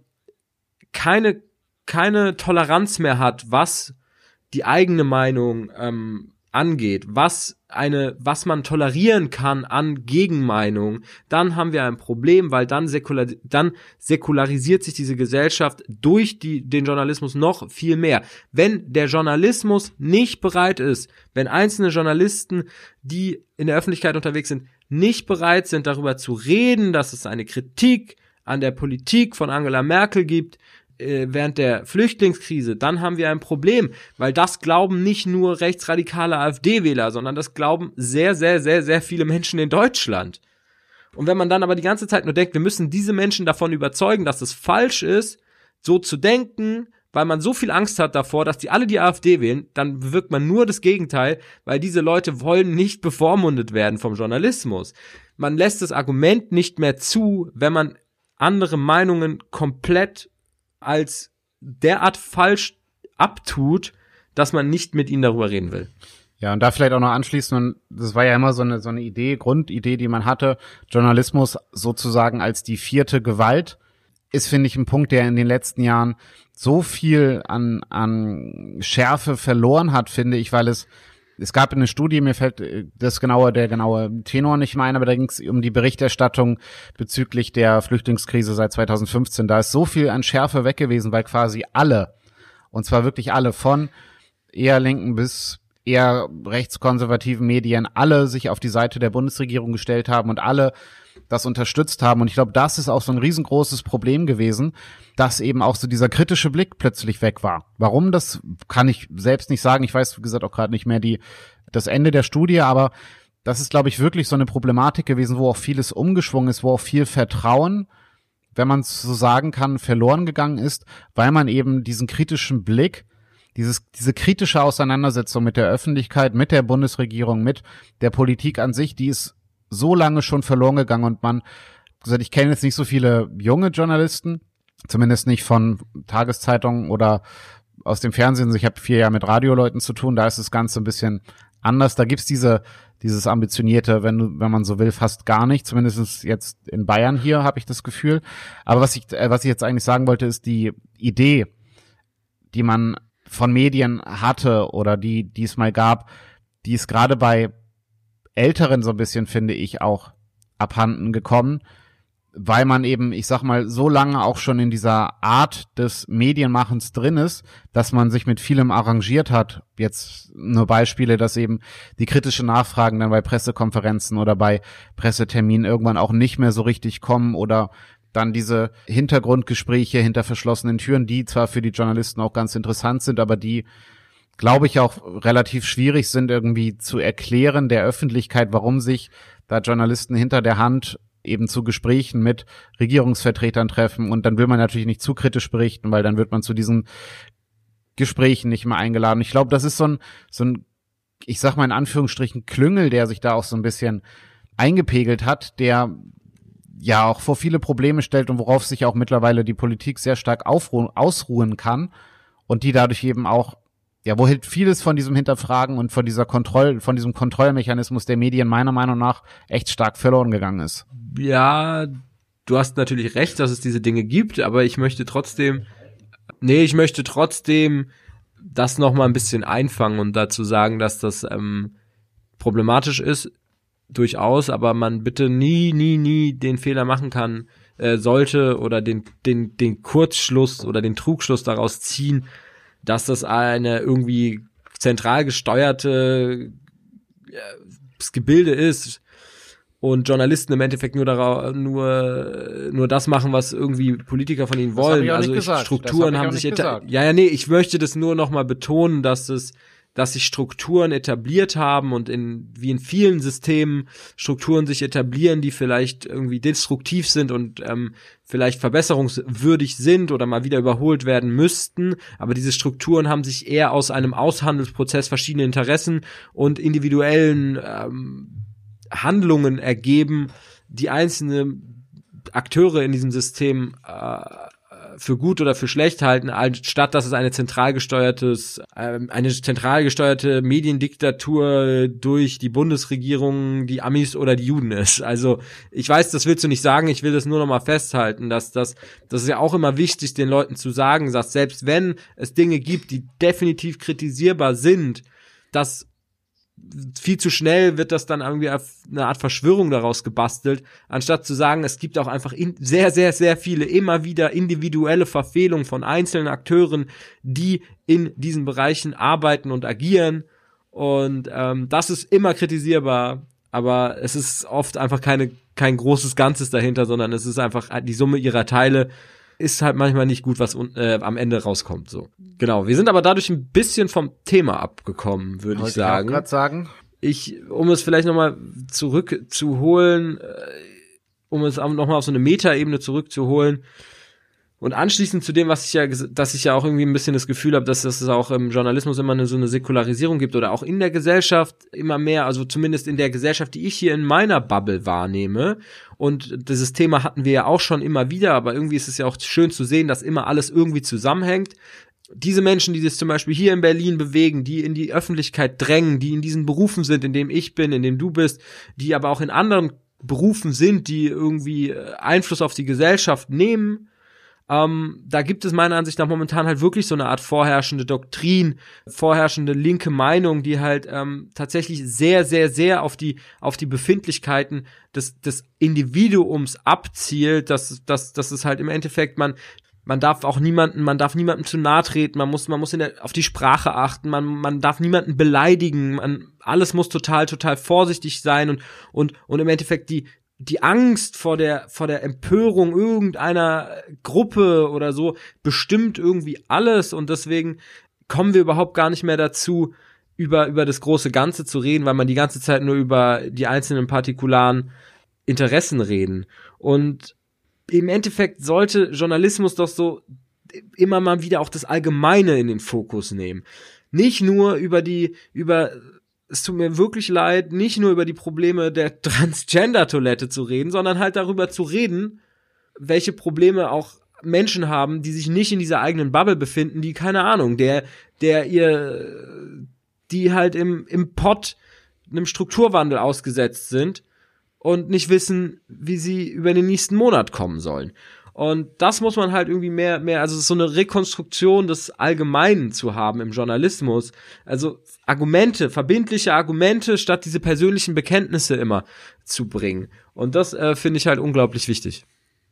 keine, keine Toleranz mehr hat, was die eigene Meinung ähm, angeht, was eine, was man tolerieren kann an Gegenmeinung, dann haben wir ein Problem, weil dann säkular, dann säkularisiert sich diese Gesellschaft durch die, den Journalismus noch viel mehr. Wenn der Journalismus nicht bereit ist, wenn einzelne Journalisten, die in der Öffentlichkeit unterwegs sind, nicht bereit sind, darüber zu reden, dass es eine Kritik an der Politik von Angela Merkel gibt, während der Flüchtlingskrise, dann haben wir ein Problem, weil das glauben nicht nur rechtsradikale AfD-Wähler, sondern das glauben sehr, sehr, sehr, sehr viele Menschen in Deutschland. Und wenn man dann aber die ganze Zeit nur denkt, wir müssen diese Menschen davon überzeugen, dass es falsch ist, so zu denken, weil man so viel Angst hat davor, dass die alle die AfD wählen, dann bewirkt man nur das Gegenteil, weil diese Leute wollen nicht bevormundet werden vom Journalismus. Man lässt das Argument nicht mehr zu, wenn man andere Meinungen komplett als derart falsch abtut, dass man nicht mit ihnen darüber reden will. Ja, und da vielleicht auch noch anschließend, und das war ja immer so eine so eine Idee, Grundidee, die man hatte, Journalismus sozusagen als die vierte Gewalt, ist, finde ich, ein Punkt, der in den letzten Jahren so viel an an Schärfe verloren hat, finde ich, weil es Es gab eine Studie, mir fällt das genaue, der genaue Tenor nicht mehr ein, aber da ging es um die Berichterstattung bezüglich der Flüchtlingskrise seit zweitausendfünfzehn. Da ist so viel an Schärfe weg gewesen, weil quasi alle, und zwar wirklich alle, von eher linken bis eher rechtskonservativen Medien, alle sich auf die Seite der Bundesregierung gestellt haben und alle das unterstützt haben. Und ich glaube, das ist auch so ein riesengroßes Problem gewesen, dass eben auch so dieser kritische Blick plötzlich weg war. Warum, das kann ich selbst nicht sagen. Ich weiß, wie gesagt, auch gerade nicht mehr die das Ende der Studie, aber das ist, glaube ich, wirklich so eine Problematik gewesen, wo auch vieles umgeschwungen ist, wo auch viel Vertrauen, wenn man es so sagen kann, verloren gegangen ist, weil man eben diesen kritischen Blick, dieses diese kritische Auseinandersetzung mit der Öffentlichkeit, mit der Bundesregierung, mit der Politik an sich, die ist so lange schon verloren gegangen und man, gesagt, ich kenne jetzt nicht so viele junge Journalisten, Zumindest nicht von Tageszeitungen oder aus dem Fernsehen. Ich habe vier Jahre mit Radioleuten zu tun, da ist das Ganze ein bisschen anders. Da gibt's diese dieses ambitionierte, wenn du, wenn man so will, fast gar nicht. Zumindest jetzt in Bayern hier habe ich das Gefühl. Aber was ich äh, was ich jetzt eigentlich sagen wollte, ist die Idee, die man von Medien hatte oder die die es mal gab, die ist gerade bei Älteren so ein bisschen, finde ich, auch abhanden gekommen, weil man eben, ich sag mal, so lange auch schon in dieser Art des Medienmachens drin ist, dass man sich mit vielem arrangiert hat. Jetzt nur Beispiele, dass eben die kritische Nachfragen dann bei Pressekonferenzen oder bei Presseterminen irgendwann auch nicht mehr so richtig kommen oder dann diese Hintergrundgespräche hinter verschlossenen Türen, die zwar für die Journalisten auch ganz interessant sind, aber die, glaube ich, auch relativ schwierig sind irgendwie zu erklären der Öffentlichkeit, warum sich da Journalisten hinter der Hand eben zu Gesprächen mit Regierungsvertretern treffen, und dann will man natürlich nicht zu kritisch berichten, weil dann wird man zu diesen Gesprächen nicht mehr eingeladen. Ich glaube, das ist so ein, so ein, ich sag mal in Anführungsstrichen, Klüngel, der sich da auch so ein bisschen eingepegelt hat, der ja auch vor viele Probleme stellt und worauf sich auch mittlerweile die Politik sehr stark aufruhen, ausruhen kann und die dadurch eben auch, ja, wo halt vieles von diesem Hinterfragen und von dieser Kontroll, von diesem Kontrollmechanismus der Medien meiner Meinung nach echt stark verloren gegangen ist. Ja, du hast natürlich recht, dass es diese Dinge gibt, aber ich möchte trotzdem, nee, ich möchte trotzdem das nochmal ein bisschen einfangen und dazu sagen, dass das ähm, problematisch ist, durchaus, aber man bitte nie, nie, nie den Fehler machen kann, äh, sollte oder den, den, den Kurzschluss oder den Trugschluss daraus ziehen, dass das eine irgendwie zentral gesteuerte äh, Gebilde ist und Journalisten im Endeffekt nur darauf, nur nur das machen, was irgendwie Politiker von ihnen wollen. Also ich, Strukturen haben sich eta- ja ja nee, ich möchte das nur noch mal betonen, dass es dass sich Strukturen etabliert haben und in wie in vielen Systemen Strukturen sich etablieren, die vielleicht irgendwie destruktiv sind und ähm, vielleicht verbesserungswürdig sind oder mal wieder überholt werden müssten, aber diese Strukturen haben sich eher aus einem Aushandelsprozess verschiedener Interessen und individuellen ähm, Handlungen ergeben, die einzelne Akteure in diesem System äh, für gut oder für schlecht halten, anstatt dass es eine zentral gesteuertes, äh, eine zentral gesteuerte Mediendiktatur durch die Bundesregierung, die Amis oder die Juden ist. Also ich weiß, das willst du nicht sagen, ich will das nur noch mal festhalten, dass das, das ist ja auch immer wichtig, den Leuten zu sagen, dass selbst wenn es Dinge gibt, die definitiv kritisierbar sind, dass viel zu schnell wird das dann irgendwie eine Art Verschwörung daraus gebastelt, anstatt zu sagen, es gibt auch einfach in, sehr, sehr, sehr viele immer wieder individuelle Verfehlungen von einzelnen Akteuren, die in diesen Bereichen arbeiten und agieren, und ähm, das ist immer kritisierbar, aber es ist oft einfach keine kein großes Ganzes dahinter, sondern es ist einfach die Summe ihrer Teile. Ist halt manchmal nicht gut, was äh, am Ende rauskommt. So, genau. Wir sind aber dadurch ein bisschen vom Thema abgekommen, würde ich sagen. Ich auch sagen. Ich, um es vielleicht nochmal zurückzuholen, äh, um es nochmal auf so eine Metaebene zurückzuholen und anschließend zu dem, was ich ja, dass ich ja auch irgendwie ein bisschen das Gefühl habe, dass es auch im Journalismus immer eine, so eine Säkularisierung gibt oder auch in der Gesellschaft immer mehr, also zumindest in der Gesellschaft, die ich hier in meiner Bubble wahrnehme. Und dieses Thema hatten wir ja auch schon immer wieder, aber irgendwie ist es ja auch schön zu sehen, dass immer alles irgendwie zusammenhängt. Diese Menschen, die sich zum Beispiel hier in Berlin bewegen, die in die Öffentlichkeit drängen, die in diesen Berufen sind, in dem ich bin, in dem du bist, die aber auch in anderen Berufen sind, die irgendwie Einfluss auf die Gesellschaft nehmen, Ähm, da gibt es meiner Ansicht nach momentan halt wirklich so eine Art vorherrschende Doktrin, vorherrschende linke Meinung, die halt ähm, tatsächlich sehr, sehr, sehr auf die auf die Befindlichkeiten des des Individuums abzielt, dass dass dass es halt im Endeffekt man man darf auch niemanden, man darf niemandem zu nahe treten, man muss man muss in der, auf die Sprache achten, man man darf niemanden beleidigen, man alles muss total total vorsichtig sein und und und im Endeffekt die die Angst vor der vor der Empörung irgendeiner Gruppe oder so bestimmt irgendwie alles, und deswegen kommen wir überhaupt gar nicht mehr dazu, über über das große Ganze zu reden, weil man die ganze Zeit nur über die einzelnen partikularen Interessen reden. Und im Endeffekt sollte Journalismus doch so immer mal wieder auch das Allgemeine in den Fokus nehmen. Nicht nur über die über es tut mir wirklich leid, nicht nur über die Probleme der Transgender-Toilette zu reden, sondern halt darüber zu reden, welche Probleme auch Menschen haben, die sich nicht in dieser eigenen Bubble befinden, die, keine Ahnung, der, der ihr, die halt im, im Pott einem Strukturwandel ausgesetzt sind und nicht wissen, wie sie über den nächsten Monat kommen sollen. Und das muss man halt irgendwie mehr, mehr, also so eine Rekonstruktion des Allgemeinen zu haben im Journalismus. Also Argumente, verbindliche Argumente, statt diese persönlichen Bekenntnisse immer zu bringen. Und das äh, finde ich halt unglaublich wichtig.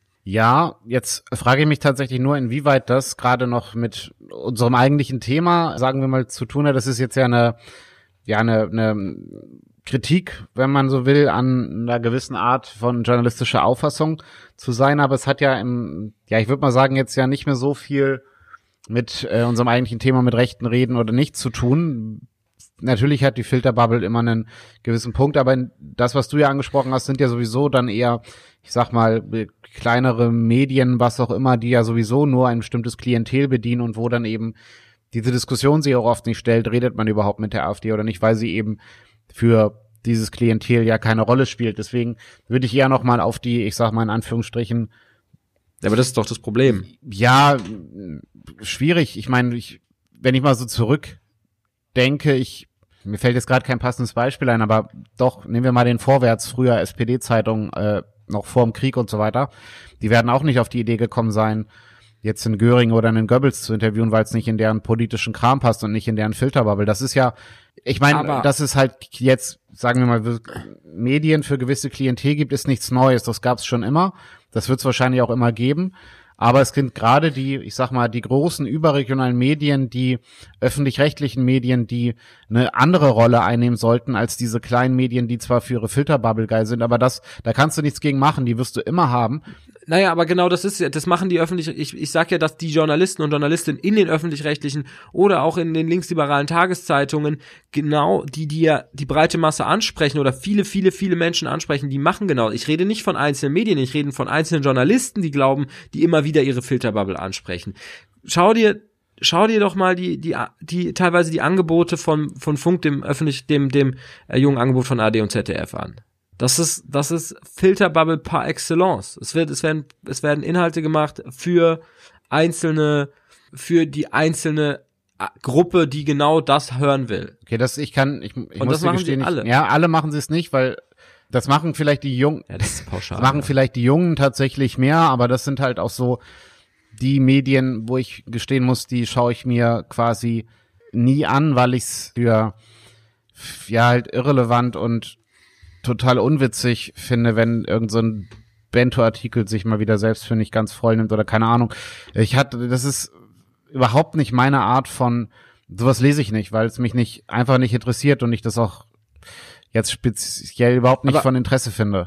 Ja, jetzt frage ich mich tatsächlich nur, inwieweit das gerade noch mit unserem eigentlichen Thema, sagen wir mal, zu tun hat. Das ist jetzt ja eine, ja, eine, eine Kritik, wenn man so will, an einer gewissen Art von journalistischer Auffassung zu sein, aber es hat ja im, ja, ich würde mal sagen, jetzt ja nicht mehr so viel mit äh, unserem eigentlichen Thema mit rechten Reden oder nichts zu tun. Natürlich hat die Filterbubble immer einen gewissen Punkt, aber das, was du ja angesprochen hast, sind ja sowieso dann eher, ich sag mal, kleinere Medien, was auch immer, die ja sowieso nur ein bestimmtes Klientel bedienen und wo dann eben diese Diskussion sich auch oft nicht stellt, redet man überhaupt mit der AfD oder nicht, weil sie eben für dieses Klientel ja keine Rolle spielt. Deswegen würde ich eher noch mal auf die, ich sag mal in Anführungsstrichen. Ja, aber das ist doch das Problem. Ja, schwierig. Ich meine, ich, wenn ich mal so zurückdenke, ich, mir fällt jetzt gerade kein passendes Beispiel ein, aber doch, nehmen wir mal den Vorwärts, früher S P D-Zeitung, äh, noch vor dem Krieg und so weiter. Die werden auch nicht auf die Idee gekommen sein, jetzt einen Göring oder einen Goebbels zu interviewen, weil es nicht in deren politischen Kram passt und nicht in deren Filterbubble. Das ist ja, ich meine, dass es halt jetzt, sagen wir mal, Medien für gewisse Klientel gibt, ist nichts Neues. Das gab es schon immer. Das wird es wahrscheinlich auch immer geben. Aber es sind gerade die, ich sag mal, die großen überregionalen Medien, die öffentlich-rechtlichen Medien, die eine andere Rolle einnehmen sollten als diese kleinen Medien, die zwar für ihre Filterbubble geil sind, aber das, da kannst du nichts gegen machen, die wirst du immer haben. Naja, aber genau das ist ja, das machen die öffentlich, ich, ich sag ja, dass die Journalisten und Journalistinnen in den öffentlich-rechtlichen oder auch in den linksliberalen Tageszeitungen genau, die, die ja die breite Masse ansprechen oder viele, viele, viele Menschen ansprechen, die machen genau, ich rede nicht von einzelnen Medien, ich rede von einzelnen Journalisten, die glauben, die immer wieder ihre Filterbubble ansprechen. Schau dir, schau dir doch mal die, die, die, teilweise die Angebote von, von Funk, dem öffentlich, dem, dem äh, jungen Angebot von A R D und Z D F an. Das ist, das ist Filterbubble par excellence. Es wird, es werden, es werden Inhalte gemacht für einzelne, für die einzelne Gruppe, die genau das hören will. Okay, das, ich kann, ich, ich und muss das machen gestehen, sie alle. Ich, ja, alle machen sie es nicht, weil das machen vielleicht die Jungen, ja, das ist pauschal, das machen ja. vielleicht die Jungen tatsächlich mehr, aber das sind halt auch so die Medien, wo ich gestehen muss, die schaue ich mir quasi nie an, weil ich es für, ja, halt irrelevant und total unwitzig finde, wenn irgend so ein Bento-Artikel sich mal wieder selbst für nicht ganz voll nimmt oder keine Ahnung. Ich hatte, das ist überhaupt nicht meine Art von, sowas lese ich nicht, weil es mich nicht, einfach nicht interessiert und ich das auch jetzt speziell überhaupt nicht aber, von Interesse finde.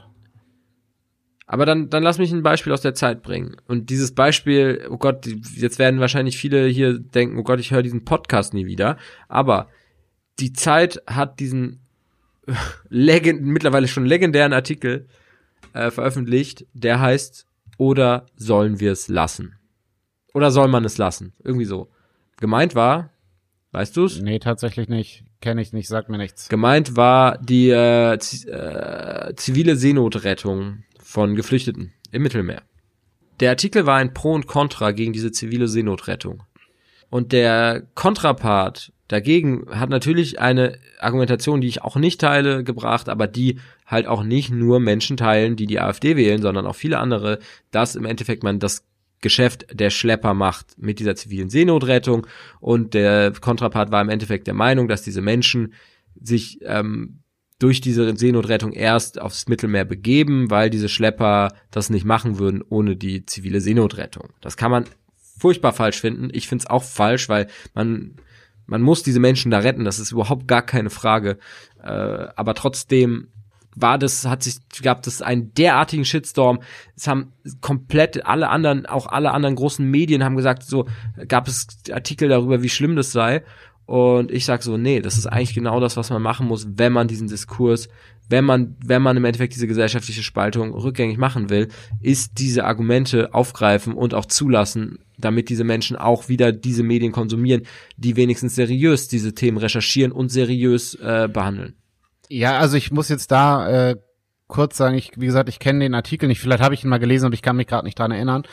Aber dann, dann lass mich ein Beispiel aus der Zeit bringen. Und dieses Beispiel, oh Gott, jetzt werden wahrscheinlich viele hier denken, oh Gott, ich höre diesen Podcast nie wieder. Aber die Zeit hat diesen Legend, mittlerweile schon legendären Artikel äh, veröffentlicht, der heißt, oder sollen wir es lassen? Oder soll man es lassen? Irgendwie so. Gemeint war, weißt du's? Nee, tatsächlich nicht. Kenne ich nicht, sagt mir nichts. Gemeint war die äh, z- äh, zivile Seenotrettung von Geflüchteten im Mittelmeer. Der Artikel war ein Pro und Contra gegen diese zivile Seenotrettung. Und der Kontrapart dagegen hat natürlich eine Argumentation, die ich auch nicht teile, gebracht, aber die halt auch nicht nur Menschen teilen, die die AfD wählen, sondern auch viele andere, dass im Endeffekt man das Geschäft der Schlepper macht mit dieser zivilen Seenotrettung. Und der Kontrapart war im Endeffekt der Meinung, dass diese Menschen sich ähm, durch diese Seenotrettung erst aufs Mittelmeer begeben, weil diese Schlepper das nicht machen würden ohne die zivile Seenotrettung. Das kann man furchtbar falsch finden. Ich finde es auch falsch, weil man man muss diese Menschen da retten. Das ist überhaupt gar keine Frage. Äh, aber trotzdem war das, hat sich, gab es einen derartigen Shitstorm. Es haben komplett alle anderen, auch alle anderen großen Medien haben gesagt, so gab es Artikel darüber, wie schlimm das sei. Und ich sag so, nee, das ist eigentlich genau das, was man machen muss, wenn man diesen Diskurs, wenn man, wenn man im Endeffekt diese gesellschaftliche Spaltung rückgängig machen will, ist diese Argumente aufgreifen und auch zulassen, damit diese Menschen auch wieder diese Medien konsumieren, die wenigstens seriös diese Themen recherchieren und seriös äh, behandeln. Ja, also ich muss jetzt da äh, kurz sagen, ich, wie gesagt, ich kenne den Artikel nicht, vielleicht habe ich ihn mal gelesen und ich kann mich gerade nicht dran erinnern.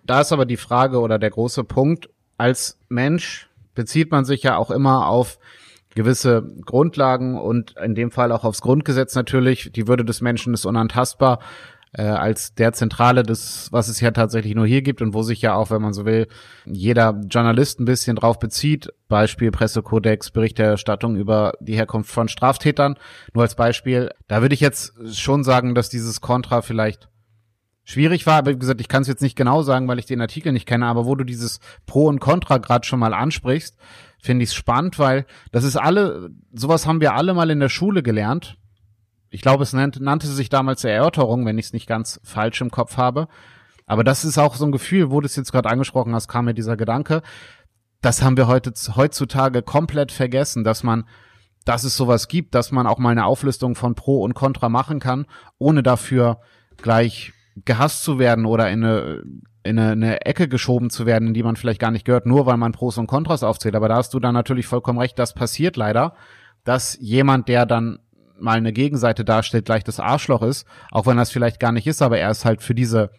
Da ist aber die Frage oder der große Punkt, als Mensch bezieht man sich ja auch immer auf gewisse Grundlagen und in dem Fall auch aufs Grundgesetz natürlich. Die Würde des Menschen ist unantastbar äh, als der Zentrale des, was es ja tatsächlich nur hier gibt und wo sich ja auch, wenn man so will, jeder Journalist ein bisschen drauf bezieht. Beispiel Pressekodex, Berichterstattung über die Herkunft von Straftätern. Nur als Beispiel. Da würde ich jetzt schon sagen, dass dieses Kontra vielleicht schwierig war, aber wie gesagt, ich kann es jetzt nicht genau sagen, weil ich den Artikel nicht kenne, aber wo du dieses Pro und Contra gerade schon mal ansprichst, finde ich es spannend, weil das ist alle, sowas haben wir alle mal in der Schule gelernt. Ich glaube, es nannt, nannte sich damals Erörterung, wenn ich es nicht ganz falsch im Kopf habe. Aber das ist auch so ein Gefühl, wo du es jetzt gerade angesprochen hast, kam mir dieser Gedanke. Das haben wir heute heutzutage komplett vergessen, dass man, dass es sowas gibt, dass man auch mal eine Auflistung von Pro und Contra machen kann, ohne dafür gleich gehasst zu werden oder in eine, in eine, eine Ecke geschoben zu werden, in die man vielleicht gar nicht gehört, nur weil man Pros und Kontras aufzählt. Aber da hast du dann natürlich vollkommen recht, das passiert leider, dass jemand, der dann mal eine Gegenseite darstellt, gleich das Arschloch ist, auch wenn das vielleicht gar nicht ist, aber er ist halt für diese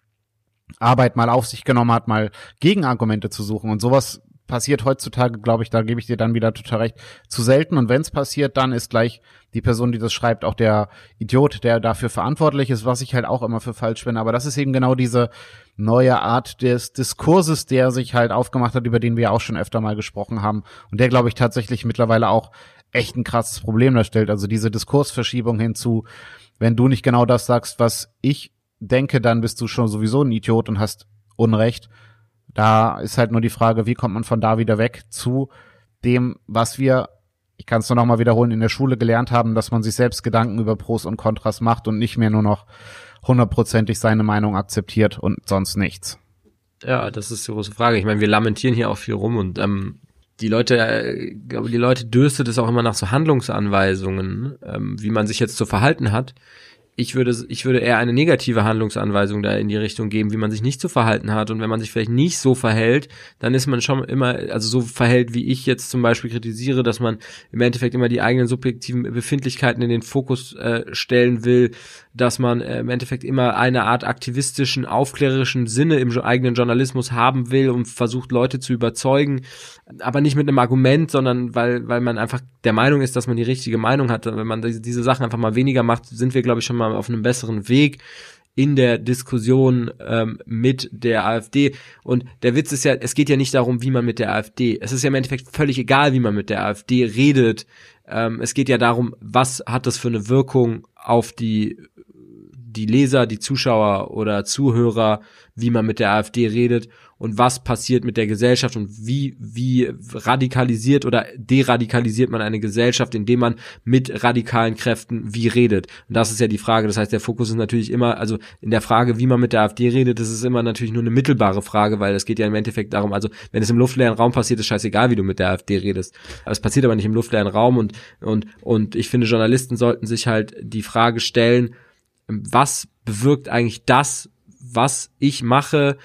Arbeit mal auf sich genommen hat, mal Gegenargumente zu suchen. Und sowas passiert heutzutage, glaube ich, da gebe ich dir dann wieder total recht, zu selten. Und wenn es passiert, dann ist gleich die Person, die das schreibt, auch der Idiot, der dafür verantwortlich ist, was ich halt auch immer für falsch finde. Aber das ist eben genau diese neue Art des Diskurses, der sich halt aufgemacht hat, über den wir auch schon öfter mal gesprochen haben. Und der, glaube ich, tatsächlich mittlerweile auch echt ein krasses Problem darstellt. Also diese Diskursverschiebung hinzu, wenn du nicht genau das sagst, was ich denke, dann bist du schon sowieso ein Idiot und hast Unrecht. Da ist halt nur die Frage, wie kommt man von da wieder weg zu dem, was wir, ich kann es nur noch mal wiederholen, in der Schule gelernt haben, dass man sich selbst Gedanken über Pros und Kontras macht und nicht mehr nur noch hundertprozentig seine Meinung akzeptiert und sonst nichts. Ja, das ist die große Frage. Ich meine, wir lamentieren hier auch viel rum und ähm, die Leute, äh, glaube die Leute dürstet es auch immer nach so Handlungsanweisungen, ähm, wie man sich jetzt zu verhalten hat. Ich würde, ich würde eher eine negative Handlungsanweisung da in die Richtung geben, wie man sich nicht zu verhalten hat. Und wenn man sich vielleicht nicht so verhält, dann ist man schon immer, also so verhält, wie ich jetzt zum Beispiel kritisiere, dass man im Endeffekt immer die eigenen subjektiven Befindlichkeiten in den Fokus äh, stellen will, dass man äh, im Endeffekt immer eine Art aktivistischen, aufklärerischen Sinne im eigenen Journalismus haben will und versucht, Leute zu überzeugen, aber nicht mit einem Argument, sondern weil, weil man einfach der Meinung ist, dass man die richtige Meinung hat. Wenn man diese, diese Sachen einfach mal weniger macht, sind wir, glaube ich, schon mal auf einem besseren Weg in der Diskussion ähm, mit der AfD. Und der Witz ist ja, es geht ja nicht darum, wie man mit der AfD, es ist ja im Endeffekt völlig egal, wie man mit der AfD redet. Ähm, es geht ja darum, was hat das für eine Wirkung auf die die Leser, die Zuschauer oder Zuhörer, wie man mit der AfD redet und was passiert mit der Gesellschaft und wie wie radikalisiert oder deradikalisiert man eine Gesellschaft, indem man mit radikalen Kräften wie redet. Und das ist ja die Frage. Das heißt, der Fokus ist natürlich immer, also in der Frage, wie man mit der AfD redet, das ist immer natürlich nur eine mittelbare Frage, weil es geht ja im Endeffekt darum, also wenn es im luftleeren Raum passiert, ist scheißegal, wie du mit der AfD redest. Es passiert aber nicht im luftleeren Raum und und und ich finde, Journalisten sollten sich halt die Frage stellen, was bewirkt eigentlich das, was ich mache,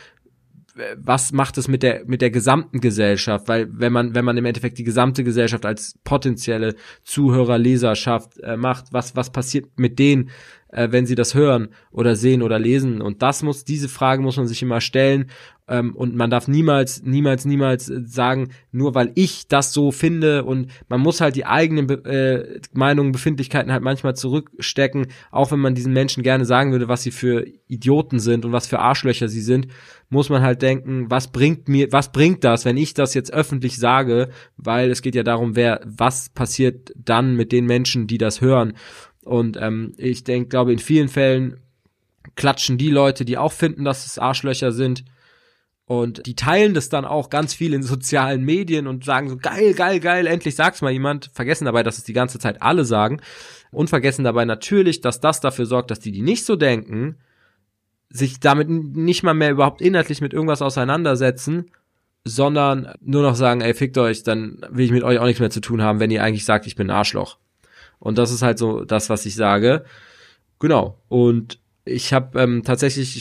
was macht es mit der mit der gesamten Gesellschaft, weil wenn man wenn man im Endeffekt die gesamte Gesellschaft als potenzielle Zuhörer, Leserschaft äh, macht, was was passiert mit denen, äh, wenn sie das hören oder sehen oder lesen, und das muss diese Frage muss man sich immer stellen, ähm, und man darf niemals niemals niemals sagen, nur weil ich das so finde, und man muss halt die eigenen Be- äh, Meinungen, Befindlichkeiten halt manchmal zurückstecken, auch wenn man diesen Menschen gerne sagen würde, was sie für Idioten sind und was für Arschlöcher sie sind, muss man halt denken, was bringt mir, was bringt das, wenn ich das jetzt öffentlich sage, weil es geht ja darum, wer, was passiert dann mit den Menschen, die das hören. Und ähm, ich denke, glaube, in vielen Fällen klatschen die Leute, die auch finden, dass es Arschlöcher sind, und die teilen das dann auch ganz viel in sozialen Medien und sagen so, geil, geil, geil, endlich sagt's mal jemand, vergessen dabei, dass es die ganze Zeit alle sagen, und vergessen dabei natürlich, dass das dafür sorgt, dass die, die nicht so denken, sich damit nicht mal mehr überhaupt inhaltlich mit irgendwas auseinandersetzen, sondern nur noch sagen, ey, fickt euch, dann will ich mit euch auch nichts mehr zu tun haben, wenn ihr eigentlich sagt, ich bin ein Arschloch. Und das ist halt so das, was ich sage. Genau. Und ich habe ähm, tatsächlich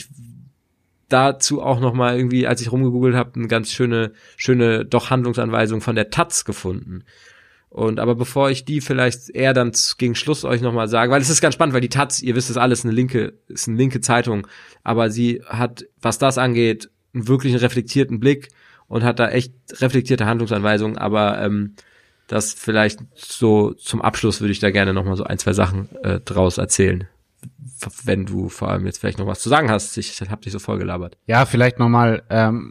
dazu auch noch mal irgendwie, als ich rumgegoogelt habe, eine ganz schöne, schöne doch Handlungsanweisung von der Taz gefunden. Und aber bevor ich die vielleicht eher dann gegen Schluss euch nochmal sage, weil es ist ganz spannend, weil die Taz, ihr wisst es alles, eine linke, ist eine linke Zeitung, aber sie hat, was das angeht, einen wirklich reflektierten Blick und hat da echt reflektierte Handlungsanweisungen, aber ähm, das vielleicht so zum Abschluss würde ich da gerne nochmal so ein, zwei Sachen äh, draus erzählen. Wenn du vor allem jetzt vielleicht noch was zu sagen hast. Ich hab dich so voll gelabert. Ja, vielleicht nochmal ähm,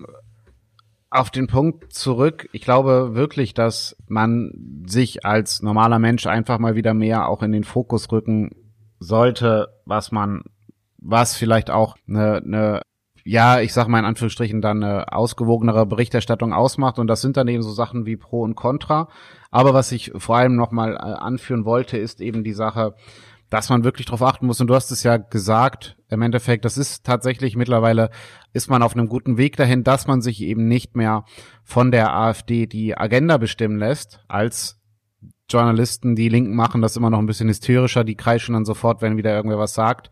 auf den Punkt zurück. Ich glaube wirklich, dass man sich als normaler Mensch einfach mal wieder mehr auch in den Fokus rücken sollte, was man, was vielleicht auch eine, eine ja, ich sag mal in Anführungsstrichen dann eine ausgewogenere Berichterstattung ausmacht. Und das sind dann eben so Sachen wie Pro und Contra. Aber was ich vor allem nochmal äh, anführen wollte, ist eben die Sache, dass man wirklich drauf achten muss. Und du hast es ja gesagt, im Endeffekt, das ist tatsächlich mittlerweile, ist man auf einem guten Weg dahin, dass man sich eben nicht mehr von der AfD die Agenda bestimmen lässt. Als Journalisten, die Linken machen das immer noch ein bisschen hysterischer, die kreischen dann sofort, wenn wieder irgendwer was sagt.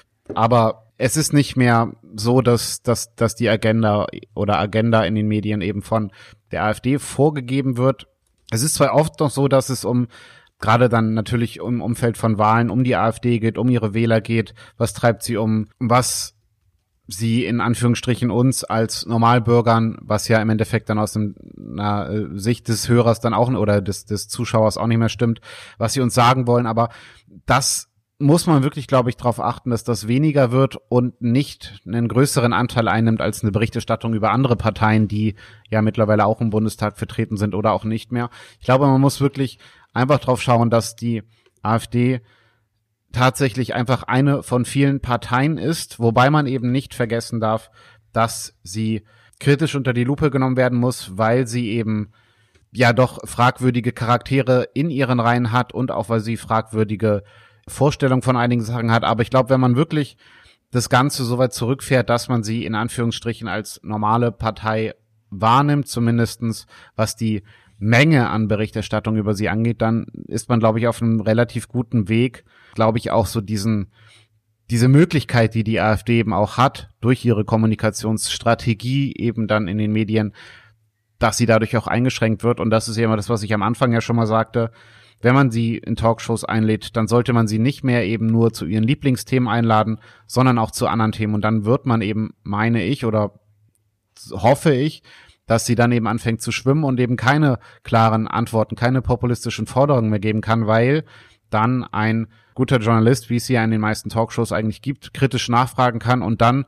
Aber es ist nicht mehr so, dass, dass, dass die Agenda oder Agenda in den Medien eben von der AfD vorgegeben wird. Es ist zwar oft noch so, dass es um gerade dann natürlich im Umfeld von Wahlen um die AfD geht, um ihre Wähler geht, was treibt sie um, was sie in Anführungsstrichen uns als Normalbürgern, was ja im Endeffekt dann aus dem, einer Sicht des Hörers dann auch oder des, des Zuschauers auch nicht mehr stimmt, was sie uns sagen wollen, aber das muss man wirklich, glaube ich, darauf achten, dass das weniger wird und nicht einen größeren Anteil einnimmt als eine Berichterstattung über andere Parteien, die ja mittlerweile auch im Bundestag vertreten sind oder auch nicht mehr. Ich glaube, man muss wirklich einfach drauf schauen, dass die AfD tatsächlich einfach eine von vielen Parteien ist, wobei man eben nicht vergessen darf, dass sie kritisch unter die Lupe genommen werden muss, weil sie eben ja doch fragwürdige Charaktere in ihren Reihen hat und auch weil sie fragwürdige Vorstellung von einigen Sachen hat, aber ich glaube, wenn man wirklich das Ganze so weit zurückfährt, dass man sie in Anführungsstrichen als normale Partei wahrnimmt, zumindestens was die Menge an Berichterstattung über sie angeht, dann ist man, glaube ich, auf einem relativ guten Weg, glaube ich, auch so diesen diese Möglichkeit, die die AfD eben auch hat, durch ihre Kommunikationsstrategie eben dann in den Medien, dass sie dadurch auch eingeschränkt wird. Und das ist ja immer das, was ich am Anfang ja schon mal sagte. Wenn man sie in Talkshows einlädt, dann sollte man sie nicht mehr eben nur zu ihren Lieblingsthemen einladen, sondern auch zu anderen Themen. Und dann wird man eben, meine ich oder hoffe ich, dass sie dann eben anfängt zu schwimmen und eben keine klaren Antworten, keine populistischen Forderungen mehr geben kann, weil dann ein guter Journalist, wie es hier in den meisten Talkshows eigentlich gibt, kritisch nachfragen kann und dann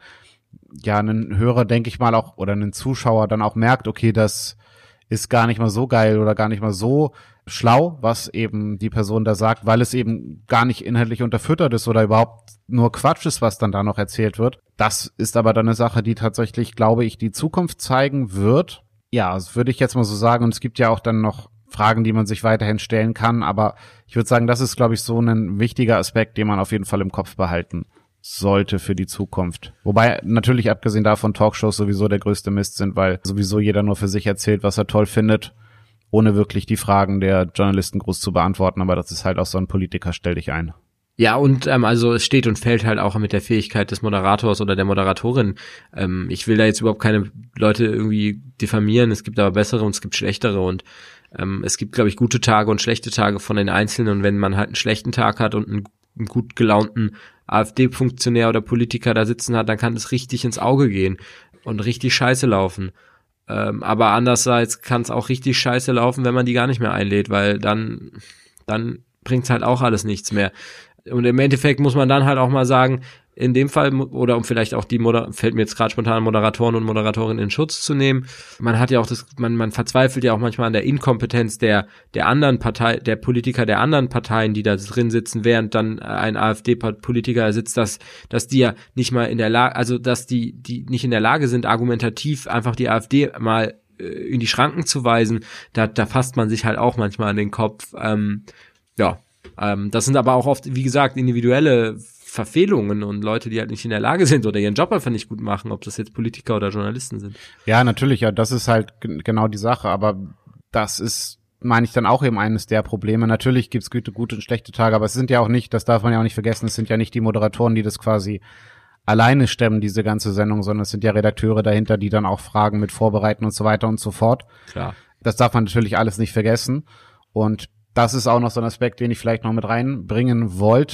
ja einen Hörer, denke ich mal auch, oder einen Zuschauer dann auch merkt, okay, das ist gar nicht mal so geil oder gar nicht mal so schlau, was eben die Person da sagt, weil es eben gar nicht inhaltlich unterfüttert ist oder überhaupt nur Quatsch ist, was dann da noch erzählt wird. Das ist aber dann eine Sache, die tatsächlich, glaube ich, die Zukunft zeigen wird. Ja, das würde ich jetzt mal so sagen. Und es gibt ja auch dann noch Fragen, die man sich weiterhin stellen kann. Aber ich würde sagen, das ist, glaube ich, so ein wichtiger Aspekt, den man auf jeden Fall im Kopf behalten sollte für die Zukunft. Wobei natürlich abgesehen davon Talkshows sowieso der größte Mist sind, weil sowieso jeder nur für sich erzählt, was er toll findet, ohne wirklich die Fragen der Journalisten groß zu beantworten. Aber das ist halt auch so ein Politiker, stell dich ein. Ja, und ähm, also es steht und fällt halt auch mit der Fähigkeit des Moderators oder der Moderatorin. Ähm, ich will da jetzt überhaupt keine Leute irgendwie diffamieren. Es gibt aber bessere und es gibt schlechtere und ähm, es gibt, glaube ich, gute Tage und schlechte Tage von den Einzelnen. Und wenn man halt einen schlechten Tag hat und einen, einen gut gelaunten AfD-Funktionär oder Politiker da sitzen hat, dann kann es richtig ins Auge gehen und richtig scheiße laufen. Ähm, aber andererseits kann es auch richtig scheiße laufen, wenn man die gar nicht mehr einlädt, weil dann, dann bringt's halt auch alles nichts mehr. Und im Endeffekt muss man dann halt auch mal sagen, in dem Fall, oder um vielleicht auch die, Moder- fällt mir jetzt gerade spontan Moderatoren und Moderatorinnen in Schutz zu nehmen, man hat ja auch das, man, man verzweifelt ja auch manchmal an der Inkompetenz der, der anderen Partei, der Politiker der anderen Parteien, die da drin sitzen, während dann ein AfD-Politiker sitzt, dass, dass die ja nicht mal in der Lage, also, dass die, die nicht in der Lage sind, argumentativ einfach die AfD mal äh, in die Schranken zu weisen, da, da fasst man sich halt auch manchmal an den Kopf, ähm, ja, ähm, das sind aber auch oft, wie gesagt, individuelle Verfehlungen und Leute, die halt nicht in der Lage sind oder ihren Job einfach nicht gut machen, ob das jetzt Politiker oder Journalisten sind. Ja, natürlich, ja, das ist halt g- genau die Sache, aber das ist, meine ich, dann auch eben eines der Probleme. Natürlich gibt's gute, gute und schlechte Tage, aber es sind ja auch nicht, das darf man ja auch nicht vergessen, es sind ja nicht die Moderatoren, die das quasi alleine stemmen, diese ganze Sendung, sondern es sind ja Redakteure dahinter, die dann auch Fragen mit vorbereiten und so weiter und so fort. Klar. Das darf man natürlich alles nicht vergessen und das ist auch noch so ein Aspekt, den ich vielleicht noch mit reinbringen wollte.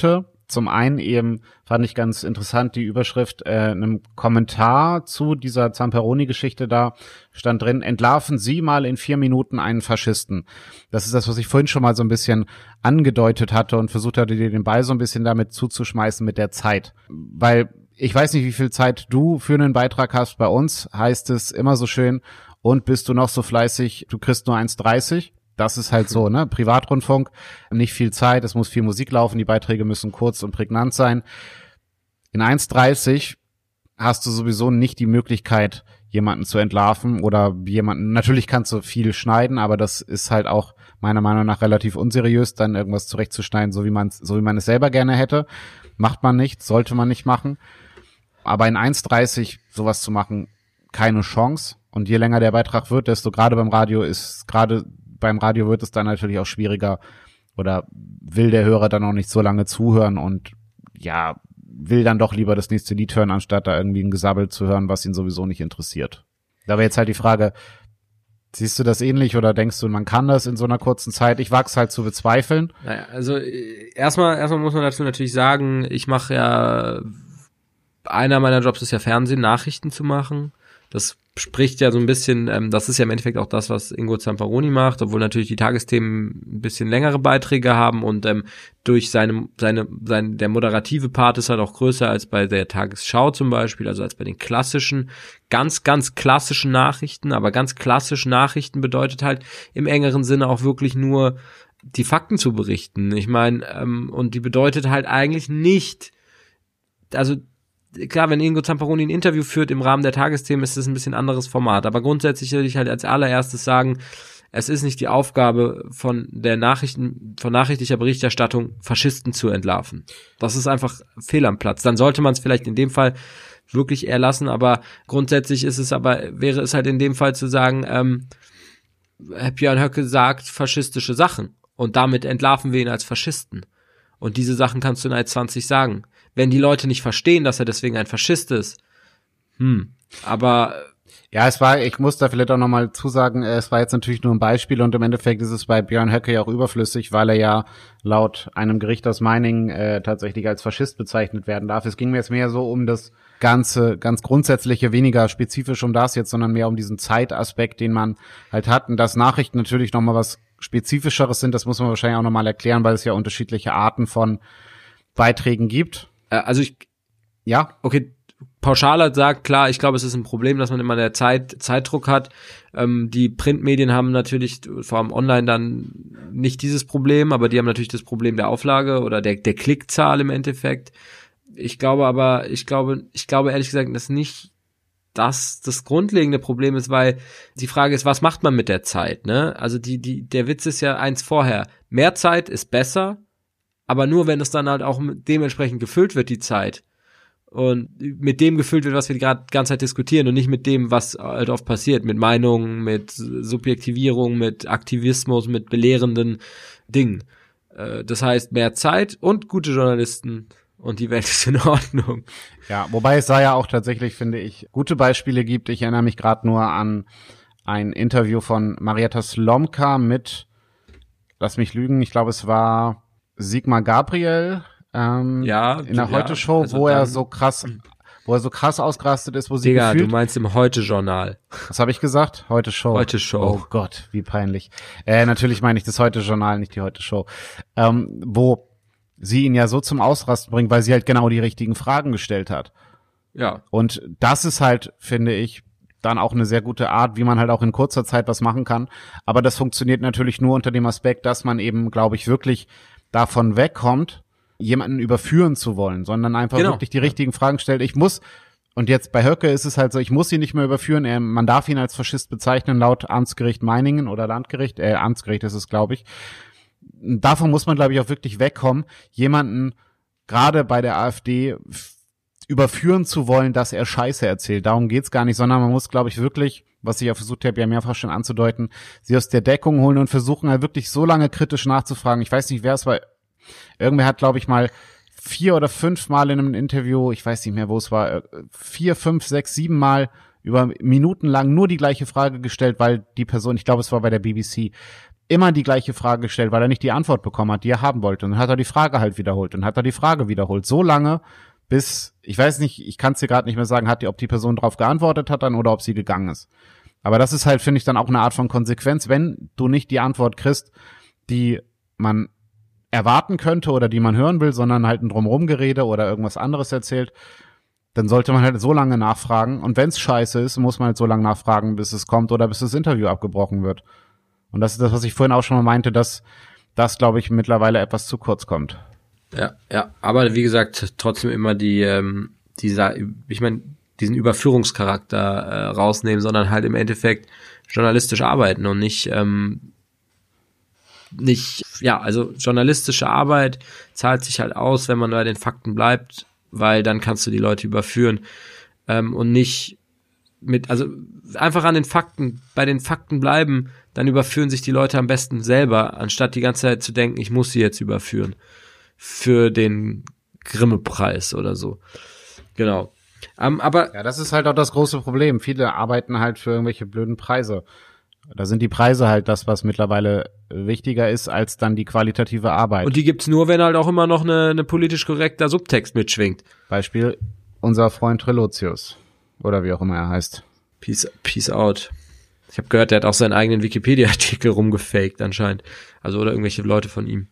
zum einen eben, fand ich ganz interessant, die Überschrift, äh, einem Kommentar zu dieser Zamperoni-Geschichte da stand drin, entlarven Sie mal in vier Minuten einen Faschisten. Das ist das, was ich vorhin schon mal so ein bisschen angedeutet hatte und versucht hatte, dir den Ball so ein bisschen damit zuzuschmeißen mit der Zeit. Weil ich weiß nicht, wie viel Zeit du für einen Beitrag hast. Bei uns heißt es immer so schön, und bist du noch so fleißig, du kriegst nur eins dreißig. Das ist halt so, ne? Privatrundfunk, nicht viel Zeit, es muss viel Musik laufen, die Beiträge müssen kurz und prägnant sein. In eins dreißig hast du sowieso nicht die Möglichkeit, jemanden zu entlarven oder jemanden, natürlich kannst du viel schneiden, aber das ist halt auch meiner Meinung nach relativ unseriös, dann irgendwas zurechtzuschneiden, so wie man so wie man es selber gerne hätte. Macht man nicht, sollte man nicht machen. Aber in eins dreißig sowas zu machen, keine Chance. Und je länger der Beitrag wird, desto gerade beim Radio ist, gerade beim Radio wird es dann natürlich auch schwieriger oder will der Hörer dann auch nicht so lange zuhören und ja, will dann doch lieber das nächste Lied hören, anstatt da irgendwie ein Gesabbel zu hören, was ihn sowieso nicht interessiert. Da wäre jetzt halt die Frage, siehst du das ähnlich oder denkst du, man kann das in so einer kurzen Zeit? Ich wag's halt zu bezweifeln. Naja, also erstmal erstmal muss man dazu natürlich sagen, ich mache ja, einer meiner Jobs ist ja Fernsehen, Nachrichten zu machen. Das spricht ja so ein bisschen, ähm, das ist ja im Endeffekt auch das, was Ingo Zamperoni macht, obwohl natürlich die Tagesthemen ein bisschen längere Beiträge haben und ähm, durch seine, seine, sein, der moderative Part ist halt auch größer als bei der Tagesschau zum Beispiel, also als bei den klassischen, ganz, ganz klassischen Nachrichten, aber ganz klassische Nachrichten bedeutet halt im engeren Sinne auch wirklich nur die Fakten zu berichten. Ich meine, ähm, und die bedeutet halt eigentlich nicht, also klar, wenn Ingo Zamperoni ein Interview führt im Rahmen der Tagesthemen, ist das ein bisschen anderes Format. Aber grundsätzlich würde ich halt als allererstes sagen, es ist nicht die Aufgabe von der Nachrichten, von nachrichtlicher Berichterstattung, Faschisten zu entlarven. Das ist einfach fehl am Platz. Dann sollte man es vielleicht in dem Fall wirklich eher lassen, aber grundsätzlich ist es aber, wäre es halt in dem Fall zu sagen, ähm, Björn Höcke sagt faschistische Sachen und damit entlarven wir ihn als Faschisten. Und diese Sachen kannst du in eins zwanzig sagen. Wenn die Leute nicht verstehen, dass er deswegen ein Faschist ist, hm, aber ja, es war, ich muss da vielleicht auch nochmal zusagen, es war jetzt natürlich nur ein Beispiel und im Endeffekt ist es bei Björn Höcke ja auch überflüssig, weil er ja laut einem Gericht aus Meiningen äh, tatsächlich als Faschist bezeichnet werden darf. Es ging mir jetzt mehr so um das ganze, ganz grundsätzliche, weniger spezifisch um das jetzt, sondern mehr um diesen Zeitaspekt, den man halt hat und dass Nachrichten natürlich nochmal was Spezifischeres sind, das muss man wahrscheinlich auch nochmal erklären, weil es ja unterschiedliche Arten von Beiträgen gibt. Also ich, ja, okay, pauschaler sagt, klar, ich glaube, es ist ein Problem, dass man immer der Zeit, Zeitdruck hat. Ähm, die Printmedien haben natürlich, vor allem online dann nicht dieses Problem, aber die haben natürlich das Problem der Auflage oder der, der Klickzahl im Endeffekt. Ich glaube aber, ich glaube, ich glaube ehrlich gesagt, dass nicht das das grundlegende Problem ist, weil die Frage ist, was macht man mit der Zeit, ne? Also die, die, der Witz ist ja eins vorher. Mehr Zeit ist besser, aber nur, wenn es dann halt auch dementsprechend gefüllt wird, die Zeit. Und mit dem gefüllt wird, was wir gerade die ganze Zeit diskutieren und nicht mit dem, was halt oft passiert, mit Meinungen, mit Subjektivierung, mit Aktivismus, mit belehrenden Dingen. Das heißt, mehr Zeit und gute Journalisten und die Welt ist in Ordnung. Ja, wobei es da ja auch tatsächlich, finde ich, gute Beispiele gibt. Ich erinnere mich gerade nur an ein Interview von Marietta Slomka mit, lass mich lügen, ich glaube, es war Sigmar Gabriel, ähm, ja, in der ja, Heute-Show, also wo dann, er so krass, wo er so krass ausgerastet ist, wo sie Digga, gefühlt... du meinst im Heute-Journal. Was habe ich gesagt? Heute-Show. Heute-Show. Oh Gott, wie peinlich. Äh, natürlich meine ich das Heute-Journal, nicht die Heute-Show. Ähm, wo sie ihn ja so zum Ausrasten bringt, weil sie halt genau die richtigen Fragen gestellt hat. Ja. Und das ist halt, finde ich, dann auch eine sehr gute Art, wie man halt auch in kurzer Zeit was machen kann. Aber das funktioniert natürlich nur unter dem Aspekt, dass man eben, glaube ich, wirklich davon wegkommt, jemanden überführen zu wollen, sondern einfach genau. wirklich die richtigen Fragen stellt. Ich muss, und jetzt bei Höcke ist es halt so, ich muss ihn nicht mehr überführen, er, man darf ihn als Faschist bezeichnen, laut Amtsgericht Meiningen oder Landgericht, äh, Amtsgericht ist es, glaube ich. Davon muss man, glaube ich, auch wirklich wegkommen, jemanden gerade bei der AfD f- überführen zu wollen, dass er Scheiße erzählt. Darum geht's gar nicht, sondern man muss, glaube ich, wirklich, was ich auch versucht habe, ja mehrfach schon anzudeuten, sie aus der Deckung holen und versuchen halt wirklich so lange kritisch nachzufragen. Ich weiß nicht, wer es war. Irgendwer hat, glaube ich, mal vier oder fünf Mal in einem Interview, ich weiß nicht mehr, wo es war, vier, fünf, sechs, sieben Mal über Minuten lang nur die gleiche Frage gestellt, weil die Person, ich glaube, es war bei der B B C, immer die gleiche Frage gestellt, weil er nicht die Antwort bekommen hat, die er haben wollte. Und dann hat er die Frage halt wiederholt und hat er die Frage wiederholt. So lange, bis, ich weiß nicht, ich kann es dir gerade nicht mehr sagen, hat die, ob die Person darauf geantwortet hat dann oder ob sie gegangen ist. Aber das ist halt, finde ich, dann auch eine Art von Konsequenz, wenn du nicht die Antwort kriegst, die man erwarten könnte oder die man hören will, sondern halt ein Drumherum-Gerede oder irgendwas anderes erzählt, dann sollte man halt so lange nachfragen. Und wenn es scheiße ist, muss man halt so lange nachfragen, bis es kommt oder bis das Interview abgebrochen wird. Und das ist das, was ich vorhin auch schon mal meinte, dass das, glaube ich, mittlerweile etwas zu kurz kommt. Ja, ja, aber wie gesagt, trotzdem immer die, ähm, dieser, ich meine, diesen Überführungscharakter äh, rausnehmen, sondern halt im Endeffekt journalistisch arbeiten und nicht, ähm, nicht, ja, also journalistische Arbeit zahlt sich halt aus, wenn man bei den Fakten bleibt, weil dann kannst du die Leute überführen ähm, und nicht mit, also einfach an den Fakten, bei den Fakten bleiben, dann überführen sich die Leute am besten selber, anstatt die ganze Zeit zu denken, ich muss sie jetzt überführen für den Grimme-Preis oder so. Genau. Um, aber ja, das ist halt auch das große Problem. Viele arbeiten halt für irgendwelche blöden Preise. Da sind die Preise halt das, was mittlerweile wichtiger ist, als dann die qualitative Arbeit. Und die gibt's nur, wenn halt auch immer noch eine, eine politisch korrekter Subtext mitschwingt. Beispiel unser Freund Relotius. Oder wie auch immer er heißt. Peace, peace out. Ich habe gehört, der hat auch seinen eigenen Wikipedia-Artikel rumgefaked anscheinend. Also oder irgendwelche Leute von ihm.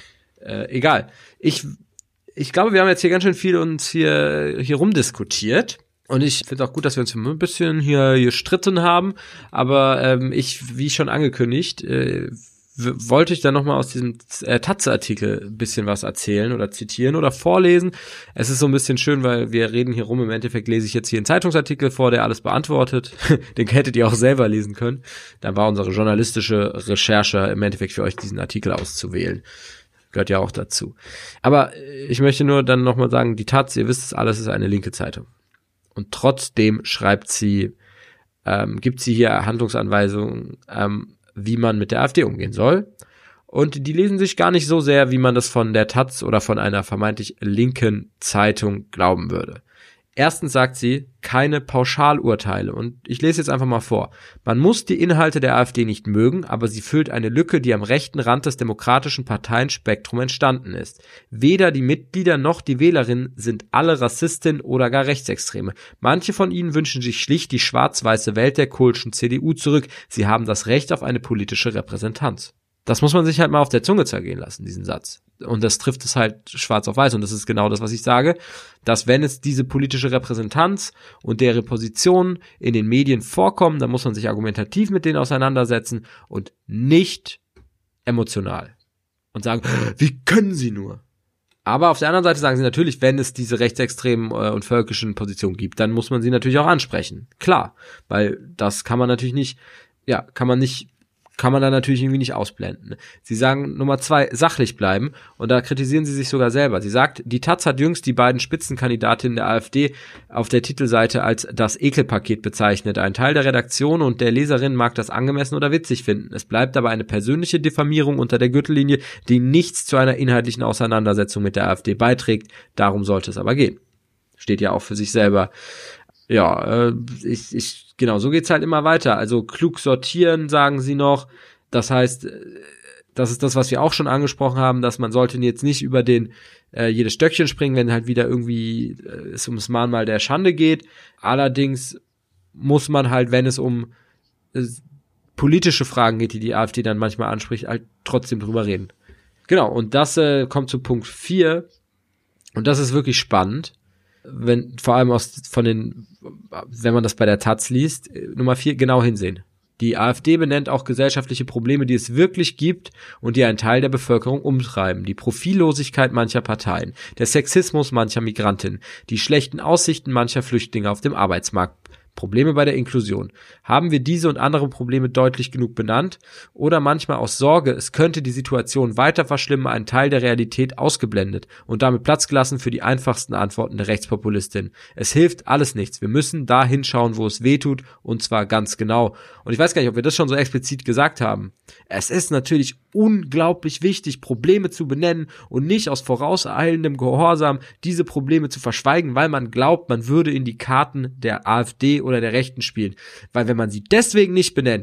Äh, egal. Ich ich glaube, wir haben jetzt hier ganz schön viel uns hier hier rumdiskutiert. Und ich finde auch gut, dass wir uns ein bisschen hier gestritten haben. Aber ähm, ich, wie schon angekündigt, äh, w- wollte ich dann nochmal aus diesem äh, Taz-Artikel ein bisschen was erzählen oder zitieren oder vorlesen. Es ist so ein bisschen schön, weil wir reden hier rum. Im Endeffekt lese ich jetzt hier einen Zeitungsartikel vor, der alles beantwortet. Den hättet ihr auch selber lesen können. Dann war unsere journalistische Recherche im Endeffekt für euch, diesen Artikel auszuwählen. Gehört ja auch dazu. Aber ich möchte nur dann nochmal sagen, die Taz, ihr wisst es alles, ist eine linke Zeitung. Und trotzdem schreibt sie, ähm, gibt sie hier Handlungsanweisungen, ähm, wie man mit der AfD umgehen soll. Und die lesen sich gar nicht so sehr, wie man das von der Taz oder von einer vermeintlich linken Zeitung glauben würde. Erstens sagt sie, keine Pauschalurteile. Und ich lese jetzt einfach mal vor. Man muss die Inhalte der AfD nicht mögen, aber sie füllt eine Lücke, die am rechten Rand des demokratischen Parteienspektrums entstanden ist. Weder die Mitglieder noch die Wählerinnen sind alle Rassistinnen oder gar Rechtsextreme. Manche von ihnen wünschen sich schlicht die schwarz-weiße Welt der Kohlschen C D U zurück. Sie haben das Recht auf eine politische Repräsentanz. Das muss man sich halt mal auf der Zunge zergehen lassen, diesen Satz. Und das trifft es halt schwarz auf weiß. Und das ist genau das, was ich sage, dass wenn es diese politische Repräsentanz und deren Positionen in den Medien vorkommen, dann muss man sich argumentativ mit denen auseinandersetzen und nicht emotional. Und sagen, wie können sie nur? Aber auf der anderen Seite sagen sie natürlich, wenn es diese rechtsextremen äh, und völkischen Positionen gibt, dann muss man sie natürlich auch ansprechen. Klar, weil das kann man natürlich nicht, ja, kann man nicht kann man da natürlich irgendwie nicht ausblenden. Sie sagen Nummer zwei, sachlich bleiben, und da kritisieren sie sich sogar selber. Sie sagt, die Taz hat jüngst die beiden Spitzenkandidatinnen der AfD auf der Titelseite als das Ekelpaket bezeichnet. Ein Teil der Redaktion und der Leserin mag das angemessen oder witzig finden. Es bleibt aber eine persönliche Diffamierung unter der Gürtellinie, die nichts zu einer inhaltlichen Auseinandersetzung mit der AfD beiträgt. Darum sollte es aber gehen. Steht ja auch für sich selber. Ja, äh, ich, ich, genau, so geht's halt immer weiter. Also klug sortieren, sagen sie noch. Das heißt, das ist das, was wir auch schon angesprochen haben, dass man sollte jetzt nicht über den äh, jedes Stöckchen springen, wenn halt wieder irgendwie äh, es ums Mahnmal der Schande geht. Allerdings muss man halt, wenn es um äh, politische Fragen geht, die die AfD dann manchmal anspricht, halt trotzdem drüber reden. Genau, und das äh, kommt zu Punkt vier. Und das ist wirklich spannend. Wenn, vor allem aus, von den, wenn man das bei der Taz liest, Nummer vier, genau hinsehen. Die AfD benennt auch gesellschaftliche Probleme, die es wirklich gibt und die einen Teil der Bevölkerung umtreiben. Die Profillosigkeit mancher Parteien, der Sexismus mancher Migrantinnen, die schlechten Aussichten mancher Flüchtlinge auf dem Arbeitsmarkt, Probleme bei der Inklusion. Haben wir diese und andere Probleme deutlich genug benannt oder manchmal aus Sorge, es könnte die Situation weiter verschlimmen, einen Teil der Realität ausgeblendet und damit Platz gelassen für die einfachsten Antworten der Rechtspopulistin? Es hilft alles nichts. Wir müssen da hinschauen, wo es weh tut, und zwar ganz genau. Und ich weiß gar nicht, ob wir das schon so explizit gesagt haben. Es ist natürlich unglaublich wichtig, Probleme zu benennen und nicht aus vorauseilendem Gehorsam diese Probleme zu verschweigen, weil man glaubt, man würde in die Karten der AfD oder der Rechten spielen. Weil wenn man sie deswegen nicht benennt,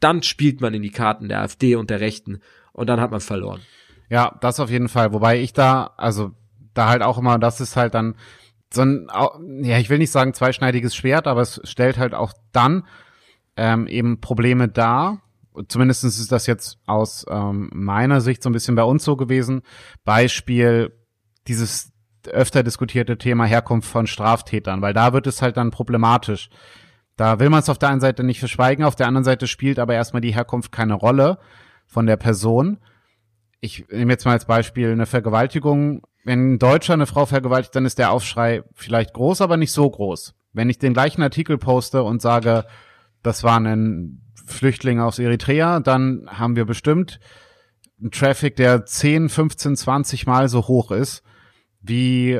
dann spielt man in die Karten der AfD und der Rechten und dann hat man verloren. Ja, das auf jeden Fall. Wobei ich da, also da halt auch immer, das ist halt dann so ein, ja, ich will nicht sagen zweischneidiges Schwert, aber es stellt halt auch dann ähm, eben Probleme dar. Zumindest ist das jetzt aus ähm, meiner Sicht so ein bisschen bei uns so gewesen. Beispiel dieses öfter diskutierte Thema Herkunft von Straftätern, weil da wird es halt dann problematisch. Da will man es auf der einen Seite nicht verschweigen, auf der anderen Seite spielt aber erstmal die Herkunft keine Rolle von der Person. Ich nehme jetzt mal als Beispiel eine Vergewaltigung. Wenn ein Deutscher eine Frau vergewaltigt, dann ist der Aufschrei vielleicht groß, aber nicht so groß. Wenn ich den gleichen Artikel poste und sage, das war ein Flüchtling aus Eritrea, dann haben wir bestimmt einen Traffic, der zehn, fünfzehn, zwanzig Mal so hoch ist, wie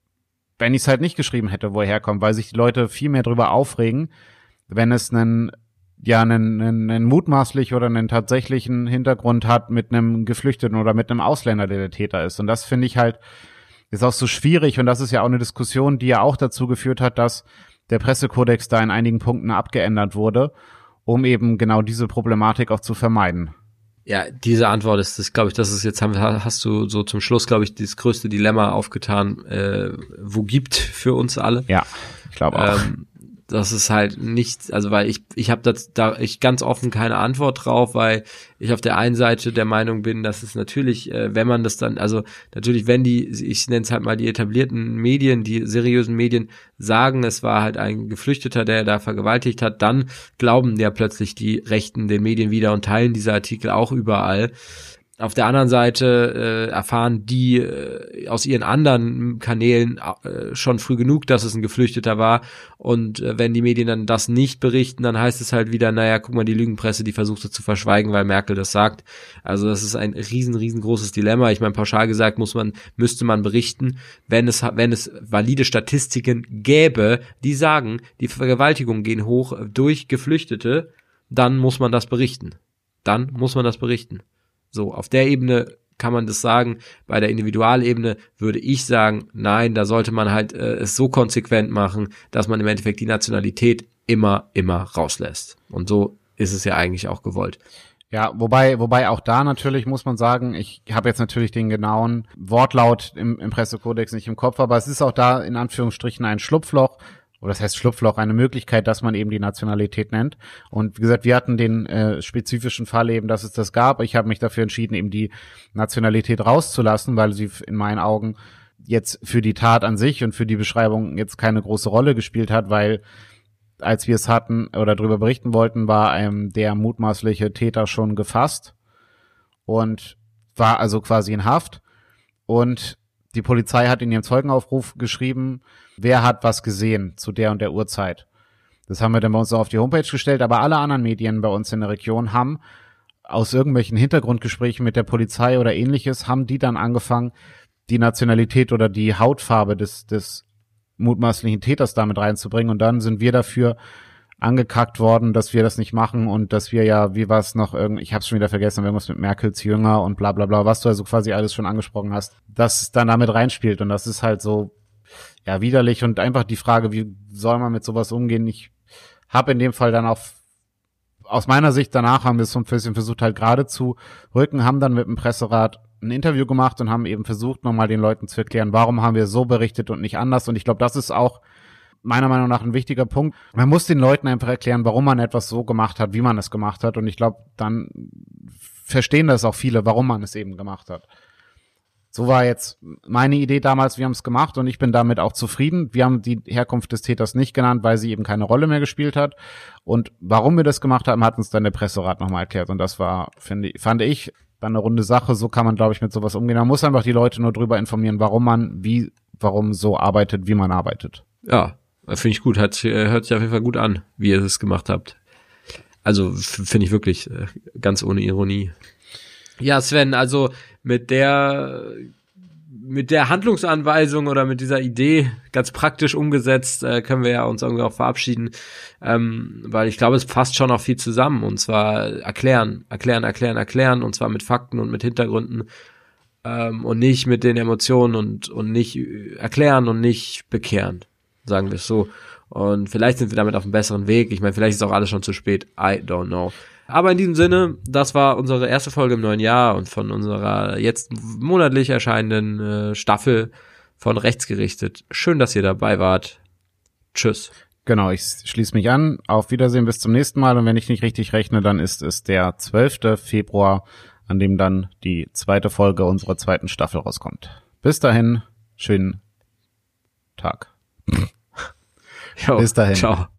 wenn ich es halt nicht geschrieben hätte, wo er herkommt, weil sich die Leute viel mehr drüber aufregen, wenn es einen ja einen, einen, einen mutmaßlich oder einen tatsächlichen Hintergrund hat mit einem Geflüchteten oder mit einem Ausländer, der der Täter ist. Und das finde ich halt, ist auch so schwierig und das ist ja auch eine Diskussion, die ja auch dazu geführt hat, dass der Pressekodex da in einigen Punkten abgeändert wurde, um eben genau diese Problematik auch zu vermeiden. Ja, diese Antwort ist, das glaube ich, das ist jetzt, hast du so zum Schluss, glaube ich, das größte Dilemma aufgetan, äh, wo gibt für uns alle. Ja, ich glaube auch. Ähm, das ist halt nicht, also weil ich ich habe das da ich ganz offen keine Antwort drauf, weil ich auf der einen Seite der Meinung bin, dass es natürlich, äh, wenn man das dann, also natürlich, wenn die, ich nenne es halt mal die etablierten Medien, die seriösen Medien sagen, es war halt ein Geflüchteter, der da vergewaltigt hat, dann glauben ja plötzlich die Rechten den Medien wieder und teilen diese Artikel auch überall. Auf der anderen Seite äh, erfahren die äh, aus ihren anderen Kanälen äh, schon früh genug, dass es ein Geflüchteter war. Und äh, wenn die Medien dann das nicht berichten, dann heißt es halt wieder, naja, guck mal, die Lügenpresse, die versucht es zu verschweigen, weil Merkel das sagt. Also das ist ein riesen, riesengroßes Dilemma. Ich meine, pauschal gesagt muss man, müsste man berichten, wenn es, wenn es valide Statistiken gäbe, die sagen, die Vergewaltigungen gehen hoch durch Geflüchtete, dann muss man das berichten. Dann muss man das berichten. So, auf der Ebene kann man das sagen. Bei der Individualebene würde ich sagen, nein, da sollte man halt äh, es so konsequent machen, dass man im Endeffekt die Nationalität immer, immer rauslässt. Und so ist es ja eigentlich auch gewollt. Ja, wobei, wobei auch da natürlich muss man sagen, ich habe jetzt natürlich den genauen Wortlaut im, im Pressekodex nicht im Kopf, aber es ist auch da in Anführungsstrichen ein Schlupfloch, oder das heißt Schlupfloch, eine Möglichkeit, dass man eben die Nationalität nennt. Und wie gesagt, wir hatten den äh, spezifischen Fall eben, dass es das gab. Ich habe mich dafür entschieden, eben die Nationalität rauszulassen, weil sie in meinen Augen jetzt für die Tat an sich und für die Beschreibung jetzt keine große Rolle gespielt hat, weil als wir es hatten oder darüber berichten wollten, war ähm, der mutmaßliche Täter schon gefasst und war also quasi in Haft. Und die Polizei hat in ihrem Zeugenaufruf geschrieben, wer hat was gesehen zu der und der Uhrzeit. Das haben wir dann bei uns auf die Homepage gestellt, aber alle anderen Medien bei uns in der Region haben aus irgendwelchen Hintergrundgesprächen mit der Polizei oder ähnliches, haben die dann angefangen, die Nationalität oder die Hautfarbe des, des mutmaßlichen Täters damit reinzubringen. Und dann sind wir dafür angekackt worden, dass wir das nicht machen und dass wir ja, wie war es noch, irgend, ich hab's schon wieder vergessen, irgendwas mit Merkels Jünger und bla bla bla, was du also quasi alles schon angesprochen hast, dass es dann damit reinspielt. Und das ist halt so, ja, widerlich und einfach die Frage, wie soll man mit sowas umgehen? Ich habe in dem Fall dann auch, aus meiner Sicht danach haben wir es so ein bisschen versucht halt gerade zu rücken, haben dann mit dem Presserat ein Interview gemacht und haben eben versucht, nochmal den Leuten zu erklären, warum haben wir so berichtet und nicht anders. Und ich glaube, das ist auch meiner Meinung nach ein wichtiger Punkt. Man muss den Leuten einfach erklären, warum man etwas so gemacht hat, wie man es gemacht hat. Und ich glaube, dann verstehen das auch viele, warum man es eben gemacht hat. So war jetzt meine Idee damals, wir haben es gemacht und ich bin damit auch zufrieden. Wir haben die Herkunft des Täters nicht genannt, weil sie eben keine Rolle mehr gespielt hat. Und warum wir das gemacht haben, hat uns dann der Presserat nochmal erklärt. Und das war, finde, fand ich, dann eine runde Sache. So kann man, glaube ich, mit sowas umgehen. Man muss einfach die Leute nur drüber informieren, warum man, wie, warum so arbeitet, wie man arbeitet. Ja, finde ich gut. Hat, hört sich auf jeden Fall gut an, wie ihr das gemacht habt. Also finde ich wirklich ganz ohne Ironie. Ja, Sven, also mit der mit der Handlungsanweisung oder mit dieser Idee ganz praktisch umgesetzt, äh, können wir ja uns irgendwie auch verabschieden, ähm, weil ich glaube, es passt schon auch viel zusammen und zwar erklären, erklären, erklären, erklären und zwar mit Fakten und mit Hintergründen ähm, und nicht mit den Emotionen und und nicht erklären und nicht bekehren, sagen wir es so. Und vielleicht sind wir damit auf einem besseren Weg. Ich meine, vielleicht ist auch alles schon zu spät. I don't know. Aber in diesem Sinne, das war unsere erste Folge im neuen Jahr und von unserer jetzt monatlich erscheinenden äh, Staffel von Rechtsgerichtet. Schön, dass ihr dabei wart. Tschüss. Genau, ich schließe mich an. Auf Wiedersehen, bis zum nächsten Mal. Und wenn ich nicht richtig rechne, dann ist es der zwölfte Februar, an dem dann die zweite Folge unserer zweiten Staffel rauskommt. Bis dahin, schönen Tag. Jo, bis dahin. Ciao.